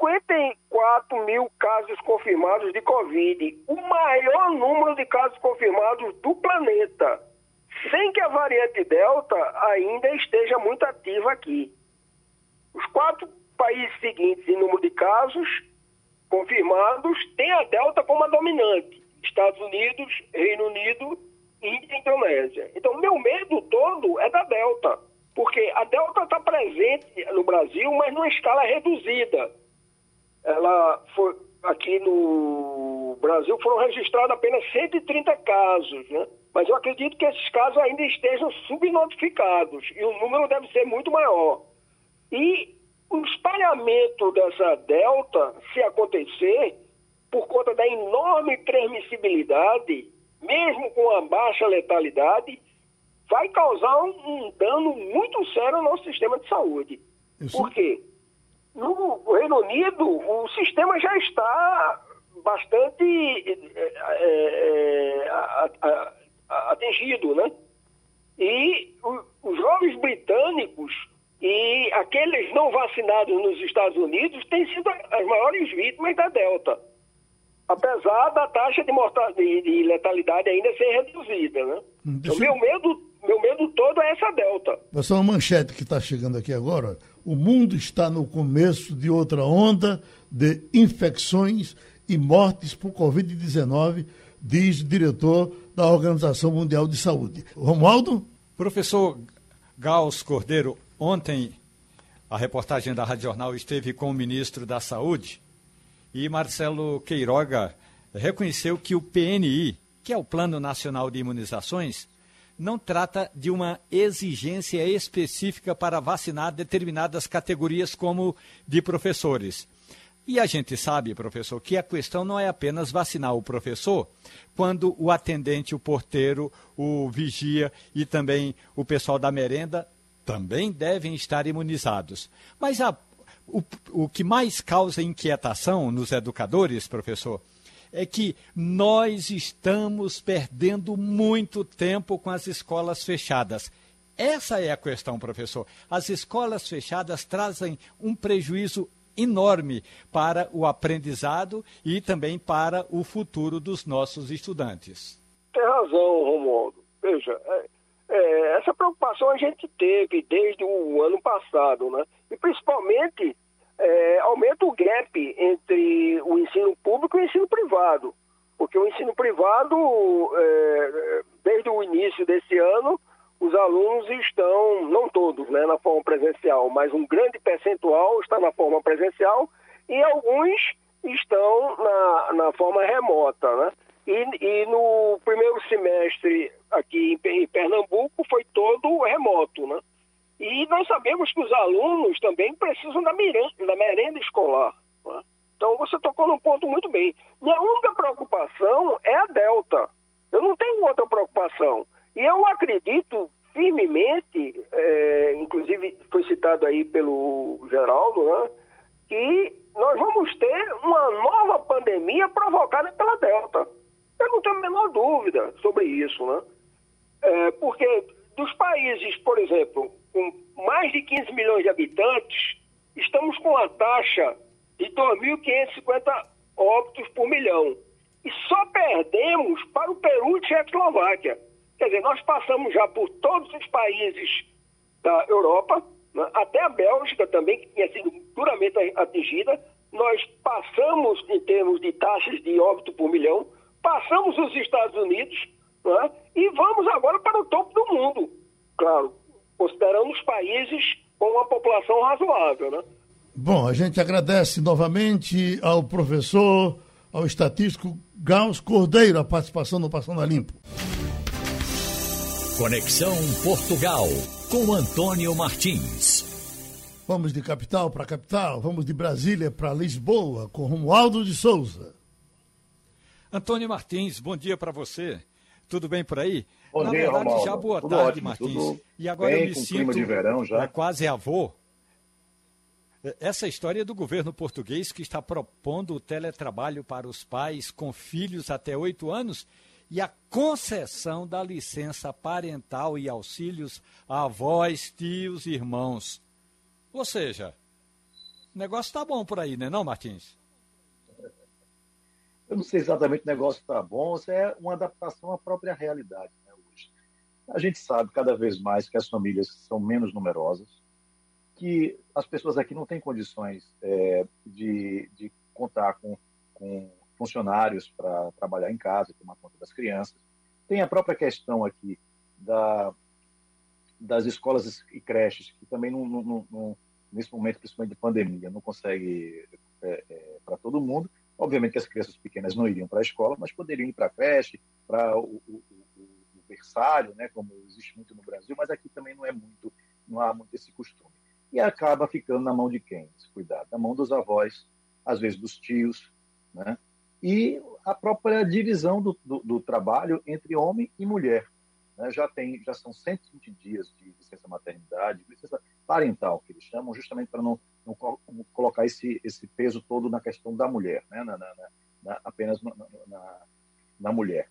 Speaker 8: 54 mil casos confirmados de Covid, o maior número de casos confirmados do planeta, sem que a variante Delta ainda esteja muito ativa aqui. Os 4 países seguintes em número de casos confirmados têm a Delta como a dominante. Estados Unidos, Reino Unido, Índia e Indonésia. Então, meu medo todo é da Delta, porque a Delta está presente no Brasil, mas numa escala reduzida. Ela foi, aqui no Brasil foram registrados apenas 130 casos, né? Mas eu acredito que esses casos ainda estejam subnotificados e o número deve ser muito maior. E o espalhamento dessa Delta, se acontecer, por conta da enorme transmissibilidade, mesmo com a baixa letalidade, vai causar um dano muito sério ao nosso sistema de saúde. Por quê? No Reino Unido, o sistema já está bastante atingido, né? E os jovens britânicos e aqueles não vacinados nos Estados Unidos têm sido as maiores vítimas da Delta, apesar da taxa de letalidade ainda ser reduzida, né? Então, meu medo todo é essa Delta.
Speaker 2: Essa é uma manchete que está chegando aqui agora. O mundo está no começo de outra onda de infecções e mortes por Covid-19, diz o diretor da Organização Mundial de Saúde. Romualdo?
Speaker 7: Professor Gauss Cordeiro, ontem a reportagem da Rádio Jornal esteve com o ministro da Saúde e Marcelo Queiroga reconheceu que o PNI, que é o Plano Nacional de Imunizações, não trata de uma exigência específica para vacinar determinadas categorias como de professores. E a gente sabe, professor, que a questão não é apenas vacinar o professor, quando o atendente, o porteiro, o vigia e também o pessoal da merenda também devem estar imunizados. Mas o que mais causa inquietação nos educadores, professor, é que nós estamos perdendo muito tempo com as escolas fechadas. Essa é a questão, professor. As escolas fechadas trazem um prejuízo enorme para o aprendizado e também para o futuro dos nossos estudantes.
Speaker 8: Tem razão, Romualdo. Veja, essa preocupação a gente teve desde o ano passado, né? E principalmente aumenta o gap entre o ensino público e o ensino privado, porque o ensino privado, desde o início desse ano, os alunos estão, não todos, né, na forma presencial, mas um grande percentual está na forma presencial e alguns estão na forma remota, né? E no primeiro semestre aqui em Pernambuco foi todo remoto, né? E nós sabemos que os alunos também precisam da merenda escolar, né? Então você tocou num ponto muito bem. Minha única preocupação é a Delta. Eu não tenho outra preocupação. E eu acredito firmemente, inclusive foi citado aí pelo Geraldo, né, que nós vamos ter uma nova pandemia provocada pela Delta. Eu não tenho a menor dúvida sobre isso, né? Porque dos países, por exemplo, com mais de 15 milhões de habitantes, estamos com a taxa de 2.550 óbitos por milhão. E só perdemos para o Peru e Tchecoslováquia. Quer dizer, nós passamos já por todos os países da Europa, né, até a Bélgica também, que tinha sido duramente atingida. Nós passamos, em termos de taxas de óbito por milhão, passamos os Estados Unidos, né, e vamos agora para o topo do mundo. Claro, considerando os países com uma população razoável, né?
Speaker 2: Bom, a gente agradece novamente ao professor, ao estatístico Gauss Cordeiro, a participação no Passando a Limpo.
Speaker 1: Conexão Portugal, com Antônio Martins.
Speaker 2: Vamos de capital para capital, vamos de Brasília para Lisboa, com Romualdo de Souza.
Speaker 7: Antônio Martins, bom dia para você. Tudo bem por aí?
Speaker 9: Bom dia,
Speaker 7: verdade,
Speaker 9: Romualdo.
Speaker 7: já boa
Speaker 9: Tudo
Speaker 7: tarde,
Speaker 9: ótimo,
Speaker 7: Martins.
Speaker 9: tudo
Speaker 7: E agora
Speaker 9: bem,
Speaker 7: eu me
Speaker 9: com
Speaker 7: sinto
Speaker 9: clima de verão já.
Speaker 7: Quase avô. Essa história do governo português que está propondo o teletrabalho para os pais com filhos até 8 anos e a concessão da licença parental e auxílios a avós, tios e irmãos. Ou seja, o negócio está bom por aí, né, não, Martins?
Speaker 9: Eu não sei exatamente o negócio está bom, isso é uma adaptação à própria realidade, né, hoje. A gente sabe cada vez mais que as famílias são menos numerosas, que as pessoas aqui não têm condições de contar com funcionários para trabalhar em casa, tomar conta das crianças. Tem a própria questão aqui das escolas e creches, que também, nesse momento, principalmente de pandemia, não consegue para todo mundo. Obviamente que as crianças pequenas não iriam para a escola, mas poderiam ir para a creche, para o berçário, né, como existe muito no Brasil, mas aqui também não há muito esse costume. E acaba ficando na mão de quem? Esse cuidado, na mão dos avós, às vezes dos tios, né? E a própria divisão do trabalho entre homem e mulher, né? Já são 120 dias de licença maternidade, licença parental, que eles chamam, justamente para não colocar esse peso todo na questão da mulher, né? Apenas na mulher.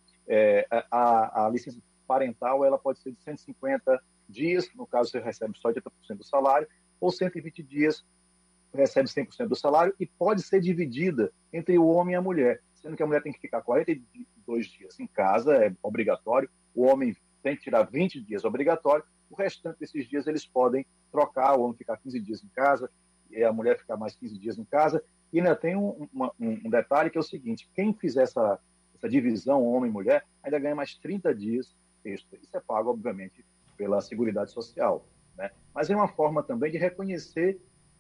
Speaker 9: A licença parental ela pode ser de 150 dias, no caso você recebe só 80% do salário, ou 120 dias recebe 100% do salário e pode ser dividida entre o homem e a mulher, sendo que a mulher tem que ficar 42 dias em casa, é obrigatório, o homem tem que tirar 20 dias obrigatório, o restante desses dias eles podem trocar, o homem ficar 15 dias em casa e a mulher ficar mais 15 dias em casa. E ainda tem um detalhe que é o seguinte, quem fizer essa divisão, homem e mulher, ainda ganha mais 30 dias extra. Isso é pago, obviamente, pela Seguridade Social, né? Mas é uma forma também de reconhecer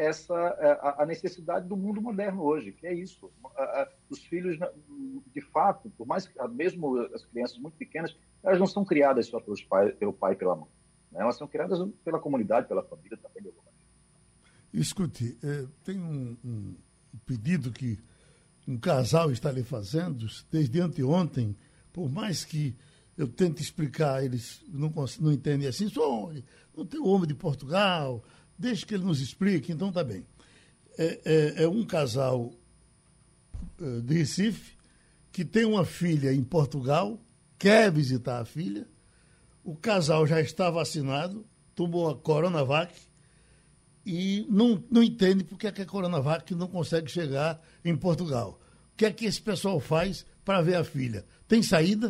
Speaker 9: a necessidade do mundo moderno hoje, que é isso. Os filhos, de fato, por mais que mesmo as crianças muito pequenas, elas não são criadas só pelo pai e pela mãe, né? Elas são criadas pela comunidade, pela família também, de alguma maneira.
Speaker 2: Escute, tem um pedido que um casal está lhe fazendo desde anteontem, por mais que eu tente explicar, eles não entendem assim, não tem o homem de Portugal, deixa que ele nos explique, então tá bem. É um casal de Recife que tem uma filha em Portugal, quer visitar a filha, o casal já está vacinado, tomou a Coronavac e não entende porque é que a Coronavac não consegue chegar em Portugal. O que é que esse pessoal faz para ver a filha? Tem saída?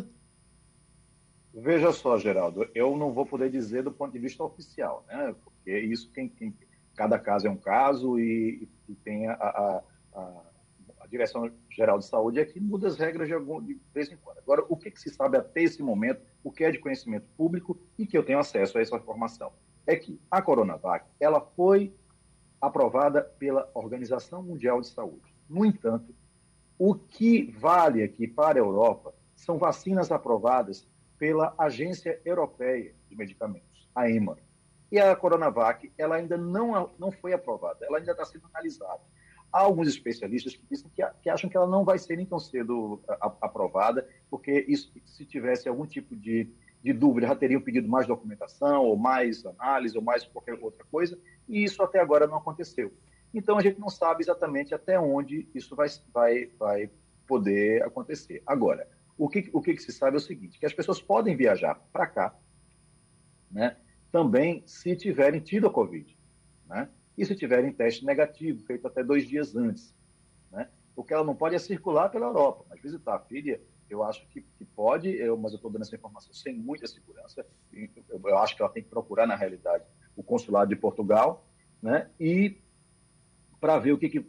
Speaker 9: Veja só, Geraldo, eu não vou poder dizer do ponto de vista oficial, né? Porque isso, cada caso é um caso e tem a Direção-Geral de Saúde é que muda as regras de vez em quando. Agora, o que se sabe até esse momento, o que é de conhecimento público e que eu tenho acesso a essa informação, é que a Coronavac ela foi aprovada pela Organização Mundial de Saúde. No entanto, o que vale aqui para a Europa são vacinas aprovadas pela Agência Europeia de Medicamentos, a EMA. E a Coronavac, ela ainda não foi aprovada, ela ainda está sendo analisada. Há alguns especialistas que dizem que acham que ela não vai ser nem tão cedo aprovada, porque isso, se tivesse algum tipo de dúvida, já teriam pedido mais documentação, ou mais análise, ou mais qualquer outra coisa, e isso até agora não aconteceu. Então, a gente não sabe exatamente até onde isso vai poder acontecer. Agora, o que se sabe é o seguinte, que as pessoas podem viajar para cá, né, também se tiverem tido a Covid, né, e se tiverem teste negativo, feito até 2 dias antes, né. O que ela não pode é circular pela Europa, mas visitar a filha, eu acho que pode, mas eu estou dando essa informação sem muita segurança, eu acho que ela tem que procurar, na realidade, o consulado de Portugal, né, e para ver o que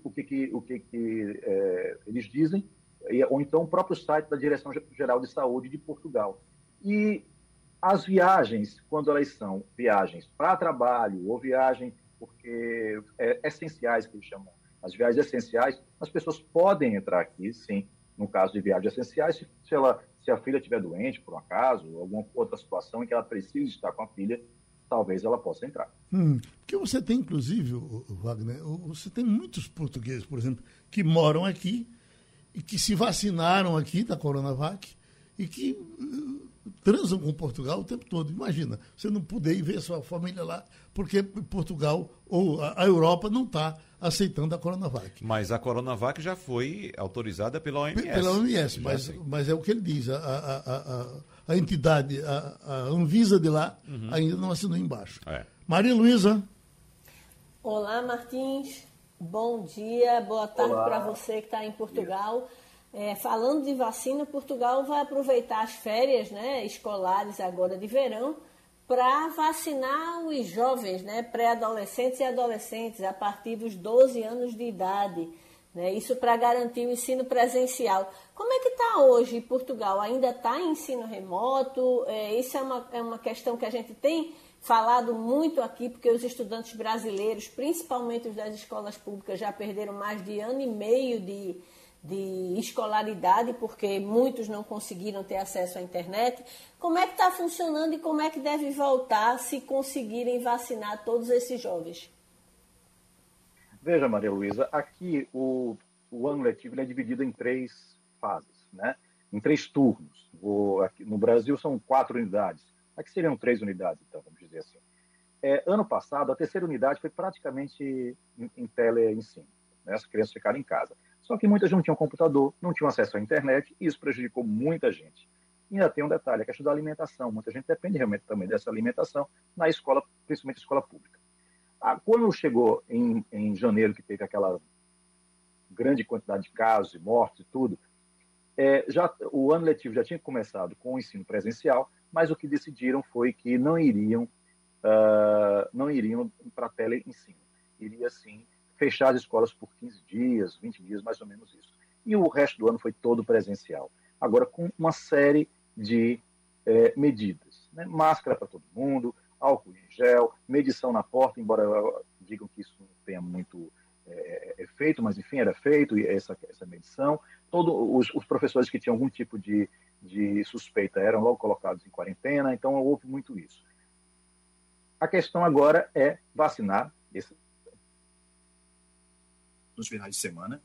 Speaker 9: eles dizem, ou então o próprio site da Direção-Geral de Saúde de Portugal. E as viagens, quando elas são viagens para trabalho ou viagem porque essenciais, que eles chamam, as viagens essenciais, as pessoas podem entrar aqui, sim, no caso de viagens essenciais, se a filha estiver doente, por um acaso, ou alguma outra situação em que ela precise estar com a filha, talvez ela possa entrar.
Speaker 2: Porque você tem, inclusive, Wagner, você tem muitos portugueses, por exemplo, que moram aqui e que se vacinaram aqui da Coronavac e que transam com Portugal o tempo todo. Imagina, você não poder ir ver sua família lá, porque Portugal ou a Europa não está aceitando a Coronavac.
Speaker 4: Mas a Coronavac já foi autorizada pela OMS.
Speaker 2: Pela OMS, mas é o que ele diz. A entidade, a Anvisa de lá, ainda não assinou embaixo. Maria Luísa.
Speaker 5: Olá, Martins. Bom dia, boa tarde para você que está em Portugal. Falando de vacina, Portugal vai aproveitar as férias, né, escolares agora de verão para vacinar os jovens, né, pré-adolescentes e adolescentes, a partir dos 12 anos de idade. Né, isso para garantir o ensino presencial. Como é que está hoje Portugal? Ainda está em ensino remoto? Isso é uma questão que a gente tem falado muito aqui, porque os estudantes brasileiros, principalmente os das escolas públicas, já perderam mais de ano e meio de escolaridade, porque muitos não conseguiram ter acesso à internet. Como é que está funcionando e como é que deve voltar se conseguirem vacinar todos esses jovens?
Speaker 9: Veja, Maria Luísa, aqui o ano letivo é dividido em 3 fases, né? Em 3 turnos. Aqui no Brasil são 4 unidades. Aqui seriam 3 unidades, então, vamos dizer assim. Ano passado, a 3ª unidade foi praticamente em teleensino, né? As crianças ficaram em casa. Só que muitas não tinham computador, não tinham acesso à internet, e isso prejudicou muita gente. E ainda tem um detalhe, a questão da alimentação. Muita gente depende realmente também dessa alimentação na escola, principalmente na escola pública. Quando chegou em janeiro, que teve aquela grande quantidade de casos e mortes e tudo, o ano letivo já tinha começado com o ensino presencial, mas o que decidiram foi que não iriam para teleensino. Iria, sim, fechar as escolas por 15 dias, 20 dias, mais ou menos isso. E o resto do ano foi todo presencial. Agora, com uma série de medidas, né? Máscara para todo mundo, álcool em gel, medição na porta, embora digam que isso não tenha muito efeito, mas enfim, era feito essa medição. Todos os professores que tinham algum tipo de suspeita eram logo colocados em quarentena, então houve muito isso. A questão agora é vacinar nos finais de semana,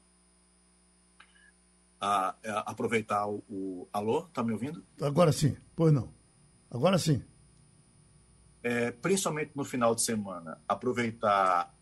Speaker 9: aproveitar Alô, tá me ouvindo?
Speaker 2: Agora sim, pois não. Agora sim.
Speaker 9: Principalmente no final de semana, aproveitar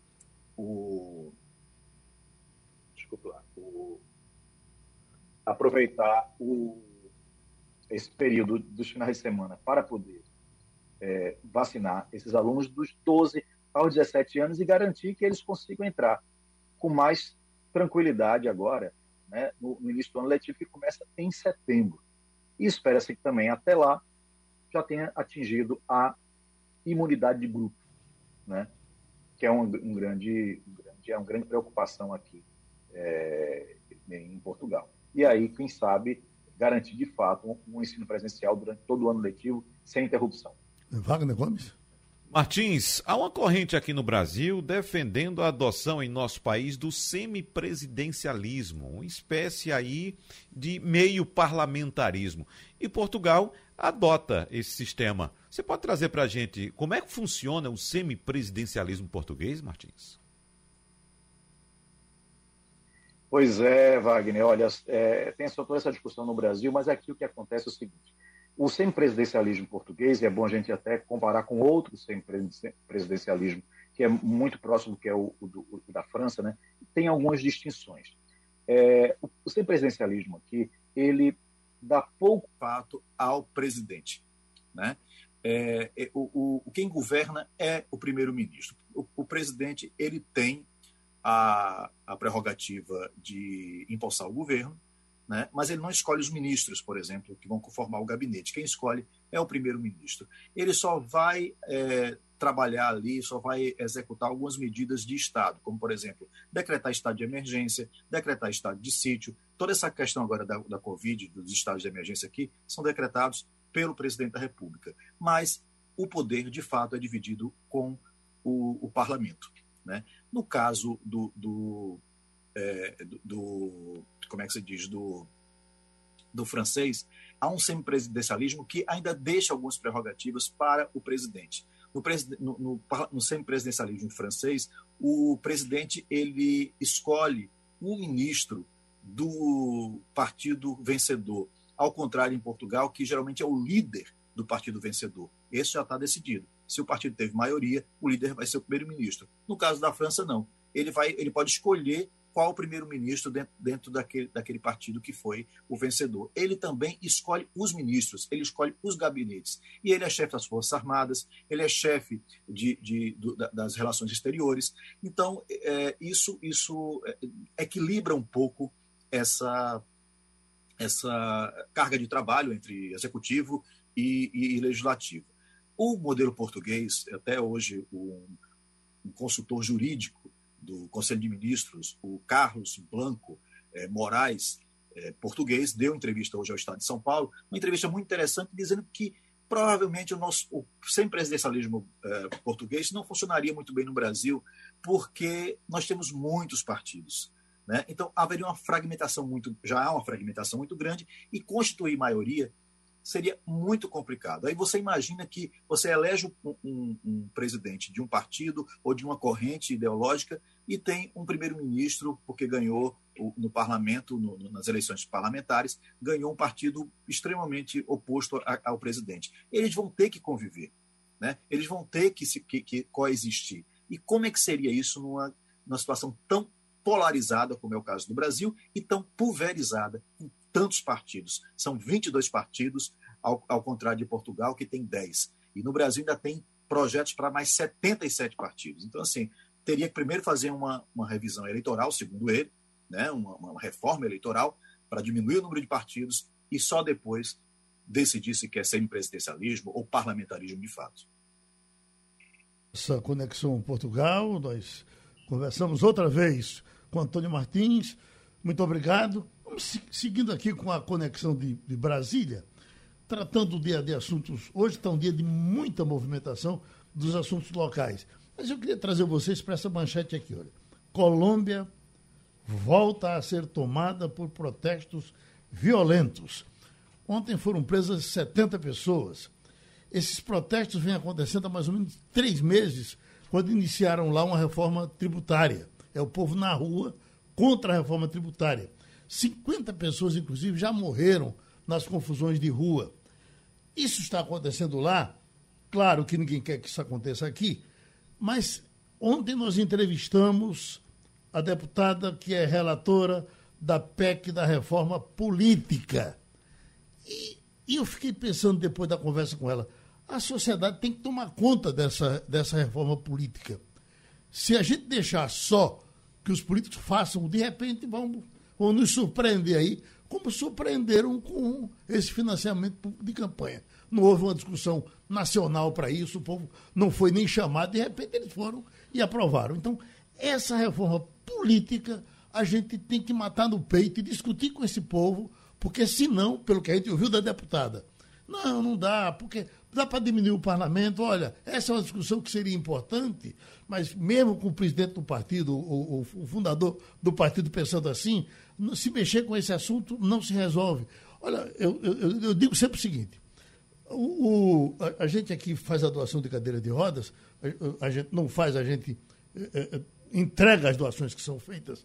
Speaker 9: esse período dos finais de semana para poder vacinar esses alunos dos 12 aos 17 anos e garantir que eles consigam entrar com mais tranquilidade agora, né, no início do ano letivo, que começa em setembro. E espera-se que também até lá já tenha atingido a imunidade de grupo, né? Que é uma grande preocupação aqui em Portugal. E aí, quem sabe, garantir de fato um ensino presencial durante todo o ano letivo sem interrupção.
Speaker 2: Wagner Gomes?
Speaker 4: Martins, há uma corrente aqui no Brasil defendendo a adoção em nosso país do semipresidencialismo, uma espécie aí de meio parlamentarismo. E Portugal adota esse sistema. Você pode trazer para a gente como é que funciona o semipresidencialismo português, Martins?
Speaker 9: Pois é, Wagner. Olha, tem toda essa discussão no Brasil, mas aqui o que acontece é o seguinte. O semipresidencialismo português, e é bom a gente até comparar com outro semipresidencialismo, que é muito próximo, que é o da França, né? Tem algumas distinções. O semipresidencialismo aqui, ele dá pouco fato ao presidente, né? Quem governa é o primeiro-ministro. O presidente, ele tem a prerrogativa de impulsar o governo, né? Mas ele não escolhe os ministros, por exemplo, que vão conformar o gabinete. Quem escolhe é o primeiro-ministro. Ele só vai trabalhar ali, só vai executar algumas medidas de Estado, como, por exemplo, decretar estado de emergência, decretar estado de sítio. Toda essa questão agora da Covid, dos estados de emergência aqui, são decretados pelo presidente da República. Mas o poder, de fato, é dividido com o parlamento, né? No caso como é que se diz, do francês, há um semipresidencialismo que ainda deixa algumas prerrogativas para o presidente. No semipresidencialismo francês, o presidente ele escolhe um ministro do partido vencedor, ao contrário em Portugal, que geralmente é o líder do partido vencedor. Esse já está decidido. Se o partido teve maioria, o líder vai ser o primeiro-ministro. No caso da França, não. Ele pode escolher qual o primeiro-ministro dentro daquele partido que foi o vencedor. Ele também escolhe os ministros, ele escolhe os gabinetes. E ele é chefe das Forças Armadas, ele é chefe das relações exteriores. Então, isso equilibra um pouco essa carga de trabalho entre executivo e legislativo. O modelo português, até hoje, um consultor jurídico do Conselho de Ministros, o Carlos Blanco Moraes, português, deu entrevista hoje ao Estado de São Paulo, uma entrevista muito interessante, dizendo que provavelmente o semipresidencialismo português não funcionaria muito bem no Brasil, porque nós temos muitos partidos, né? Então, haveria já há uma fragmentação muito grande, e constituir maioria seria muito complicado. Aí você imagina que você elege um presidente de um partido ou de uma corrente ideológica e tem um primeiro-ministro, porque ganhou no parlamento, nas eleições parlamentares, ganhou um partido extremamente oposto ao presidente. Eles vão ter que conviver, né? Eles vão ter que coexistir. E como é que seria isso numa situação tão polarizada, como é o caso do Brasil, e tão pulverizada, com tantos partidos? São 22 partidos, ao contrário de Portugal, que tem 10. E no Brasil ainda tem projetos para mais 77 partidos. Então, assim, teria que primeiro fazer uma revisão eleitoral, segundo ele, né, uma reforma eleitoral para diminuir o número de partidos e só depois decidir se quer semipresidencialismo ou parlamentarismo de fato.
Speaker 2: Essa conexão Portugal, nós conversamos outra vez com Antônio Martins. Muito obrigado. Vamos seguindo aqui com a conexão de Brasília, tratando de assuntos. Hoje está um dia de muita movimentação dos assuntos locais. Mas eu queria trazer vocês para essa manchete aqui. Olha. Colômbia volta a ser tomada por protestos violentos. Ontem foram presas 70 pessoas. Esses protestos vêm acontecendo há mais ou menos 3 meses, quando iniciaram lá uma reforma tributária. É o povo na rua contra a reforma tributária. 50 pessoas, inclusive, já morreram nas confusões de rua. Isso está acontecendo lá. Claro que ninguém quer que isso aconteça aqui, mas ontem nós entrevistamos a deputada que é relatora da PEC da reforma política. E eu fiquei pensando, depois da conversa com ela, a sociedade tem que tomar conta dessa reforma política. Se a gente deixar só que os políticos façam, de repente vão nos surpreender aí, como surpreenderam com esse financiamento de campanha. Não houve uma discussão nacional para isso, o povo não foi nem chamado, de repente eles foram e aprovaram. Então, essa reforma política a gente tem que matar no peito e discutir com esse povo, porque senão, pelo que a gente ouviu da deputada, não dá, porque dá para diminuir o parlamento. Olha, essa é uma discussão que seria importante, mas mesmo com o presidente do partido, o fundador do partido pensando assim, se mexer com esse assunto não se resolve. Olha, eu digo sempre o seguinte, a gente aqui faz a doação de cadeira de rodas, a gente não faz, a gente entrega as doações que são feitas.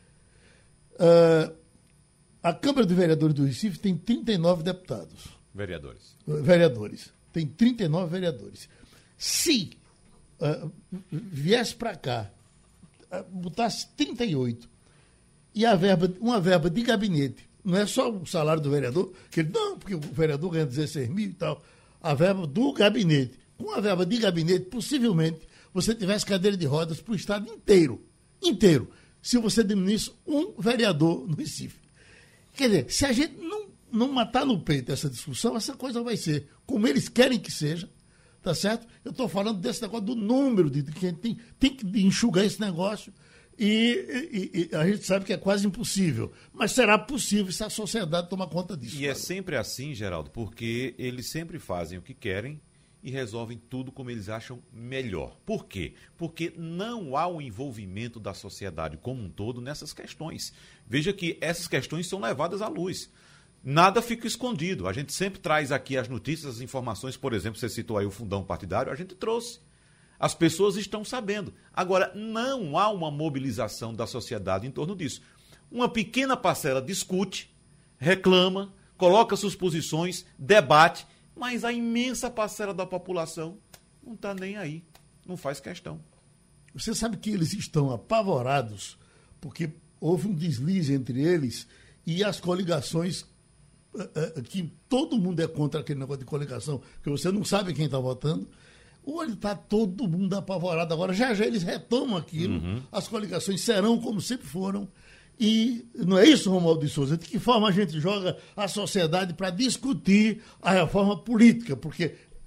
Speaker 2: A Câmara de Vereadores do Recife tem 39 deputados. Vereadores. Tem 39 vereadores. Se viesse para cá, botasse 38, e uma verba de gabinete, não é só o salário do vereador, porque o vereador ganha 16 mil e tal, a verba do gabinete. Com a verba de gabinete, possivelmente, você tivesse cadeira de rodas para o estado inteiro, se você diminuísse um vereador no Recife. Quer dizer, se a gente não matar no peito essa discussão, essa coisa vai ser como eles querem que seja, tá certo? Eu estou falando desse negócio do número, de que a gente tem que enxugar esse negócio, e a gente sabe que é quase impossível, mas será possível se a sociedade tomar conta disso.
Speaker 4: E é sempre assim, Geraldo, porque eles sempre fazem o que querem e resolvem tudo como eles acham melhor. Por quê? Porque não há o envolvimento da sociedade como um todo nessas questões. Veja que essas questões são levadas à luz. Nada fica escondido. A gente sempre traz aqui as notícias, as informações. Por exemplo, você citou aí o fundão partidário, a gente trouxe. As pessoas estão sabendo. Agora, não há uma mobilização da sociedade em torno disso. Uma pequena parcela discute, reclama, coloca suas posições, debate, mas a imensa parcela da população não está nem aí, não faz questão.
Speaker 2: Você sabe que eles estão apavorados porque houve um deslize entre eles e as coligações, que todo mundo é contra aquele negócio de coligação, que você não sabe quem está votando. Olha, está todo mundo apavorado. Agora, já eles retomam aquilo, as coligações serão como sempre foram. E não é isso, Romualdo de Souza? De que forma a gente joga a sociedade para discutir a reforma política? Porque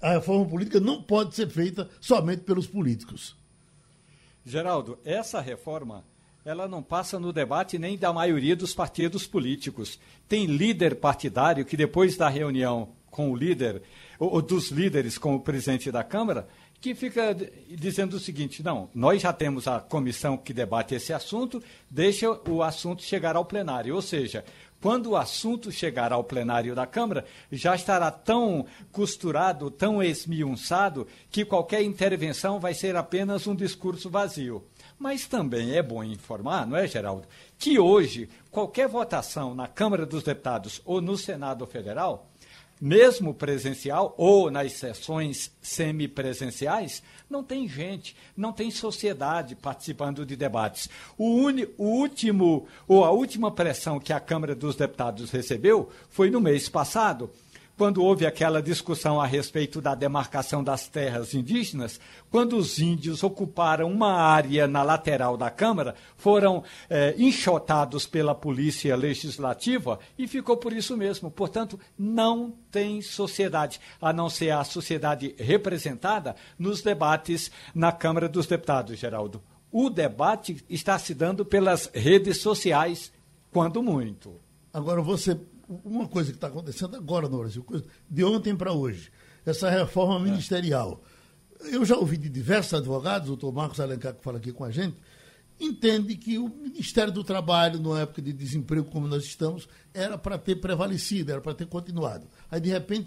Speaker 2: A reforma política não pode ser feita somente pelos políticos.
Speaker 7: Geraldo, essa reforma, ela não passa no debate nem da maioria dos partidos políticos. Tem líder partidário que depois da reunião com o líder, ou dos líderes com o presidente da Câmara, que fica dizendo o seguinte: não, nós já temos a comissão que debate esse assunto, deixa o assunto chegar ao plenário. Ou seja, quando o assunto chegar ao plenário da Câmara, já estará tão costurado, tão esmiuçado, que qualquer intervenção vai ser apenas um discurso vazio. Mas também é bom informar, não é, Geraldo, que hoje, qualquer votação na Câmara dos Deputados ou no Senado Federal, mesmo presencial ou nas sessões semipresenciais, não tem gente, não tem sociedade participando de debates. A última pressão que a Câmara dos Deputados recebeu foi no mês passado, quando houve aquela discussão a respeito da demarcação das terras indígenas, quando os índios ocuparam uma área na lateral da Câmara, foram enxotados pela Polícia Legislativa e ficou por isso mesmo. Portanto, não tem sociedade, a não ser a sociedade representada nos debates na Câmara dos Deputados, Geraldo. O debate está se dando pelas redes sociais, quando muito.
Speaker 2: Agora, uma coisa que está acontecendo agora no Brasil, de ontem para hoje, essa reforma ministerial. Eu já ouvi de diversos advogados, o doutor Marcos Alencar, que fala aqui com a gente, entende que o Ministério do Trabalho, numa época de desemprego como nós estamos, era para ter prevalecido, era para ter continuado. Aí, de repente,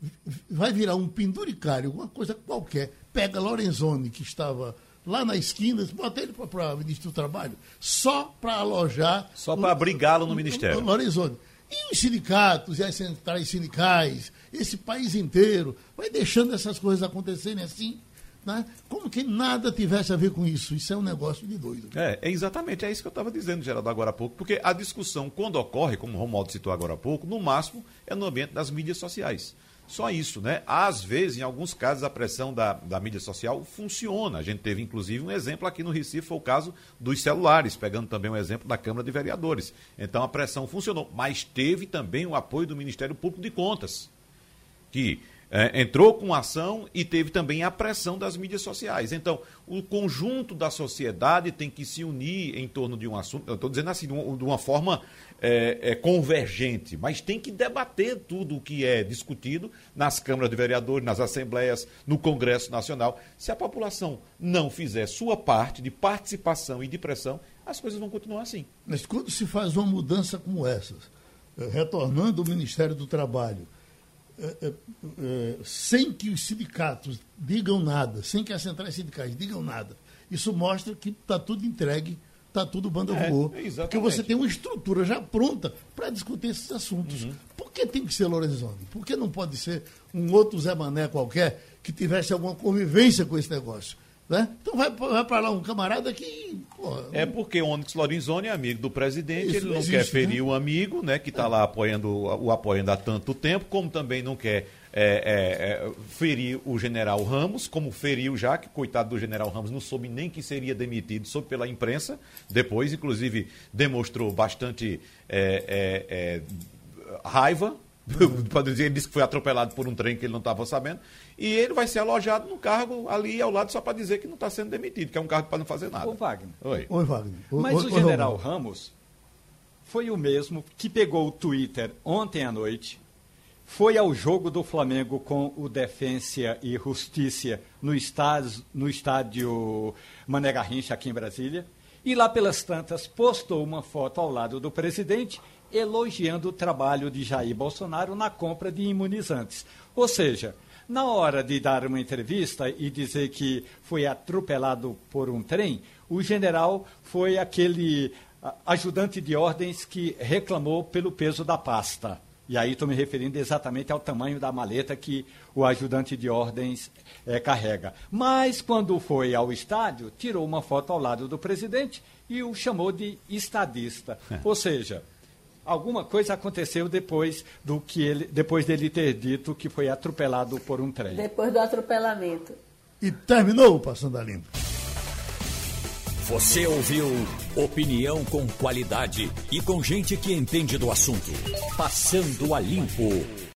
Speaker 2: vai virar um penduricário, uma coisa qualquer, pega Lorenzoni, que estava lá na esquina, bota ele para o Ministério do Trabalho, só para alojar...
Speaker 4: Só para abrigá-lo no Ministério.
Speaker 2: Lorenzoni. E os sindicatos, e as centrais sindicais, esse país inteiro, vai deixando essas coisas acontecerem assim, né? Como que nada tivesse a ver com isso. Isso é um negócio de doido.
Speaker 4: Exatamente, é isso que eu estava dizendo, Geraldo, agora há pouco, porque a discussão, quando ocorre, como o Romualdo citou agora há pouco, no máximo é no ambiente das mídias sociais. Só isso, né? Às vezes, em alguns casos, a pressão da mídia social funciona. A gente teve, inclusive, um exemplo aqui no Recife, foi o caso dos celulares, pegando também um exemplo da Câmara de Vereadores. Então, a pressão funcionou, mas teve também o apoio do Ministério Público de Contas, que entrou com ação e teve também a pressão das mídias sociais. Então, o conjunto da sociedade tem que se unir em torno de um assunto, eu estou dizendo assim, de uma forma convergente, mas tem que debater tudo o que é discutido nas câmaras de vereadores, nas assembleias, no Congresso Nacional. Se a população não fizer sua parte de participação e de pressão, as coisas vão continuar assim.
Speaker 2: Mas quando se faz uma mudança como essa, retornando ao Ministério do Trabalho, sem que os sindicatos digam nada, sem que as centrais sindicais digam nada, isso mostra que está tudo entregue, está tudo banda voou. Porque você tem uma estrutura já pronta para discutir esses assuntos. Por que tem que ser Lorenzoni? Por que não pode ser um outro Zé Mané qualquer que tivesse alguma convivência com esse negócio? Né? Então vai para lá um camarada que...
Speaker 4: porque o Onyx Lorenzoni é amigo do presidente, ele não quer ferir o amigo, né, que está lá apoiando há tanto tempo, como também não quer ferir o general Ramos, como feriu já, que coitado do general Ramos não soube nem que seria demitido, soube pela imprensa, depois inclusive demonstrou bastante raiva. Ele disse que foi atropelado por um trem que ele não estava sabendo, e ele vai ser alojado no cargo ali ao lado só para dizer que não está sendo demitido, que é um cargo para não fazer nada.
Speaker 7: Ô Wagner.
Speaker 2: Oi Wagner.
Speaker 7: Mas o general Ramos foi o mesmo que pegou o Twitter ontem à noite, foi ao jogo do Flamengo com o Defensa e Justiça no estádio Mané Garrincha aqui em Brasília, e lá pelas tantas postou uma foto ao lado do presidente elogiando o trabalho de Jair Bolsonaro na compra de imunizantes. Ou seja, na hora de dar uma entrevista e dizer que foi atropelado por um trem, o general foi aquele ajudante de ordens que reclamou pelo peso da pasta. E aí estou me referindo exatamente ao tamanho da maleta que o ajudante de ordens carrega. Mas quando foi ao estádio, tirou uma foto ao lado do presidente e o chamou de estadista. Ou seja, alguma coisa aconteceu depois dele ter dito que foi atropelado por um trem.
Speaker 5: Depois do atropelamento.
Speaker 2: E terminou o Passando a Limpo.
Speaker 1: Você ouviu opinião com qualidade e com gente que entende do assunto. Passando a Limpo.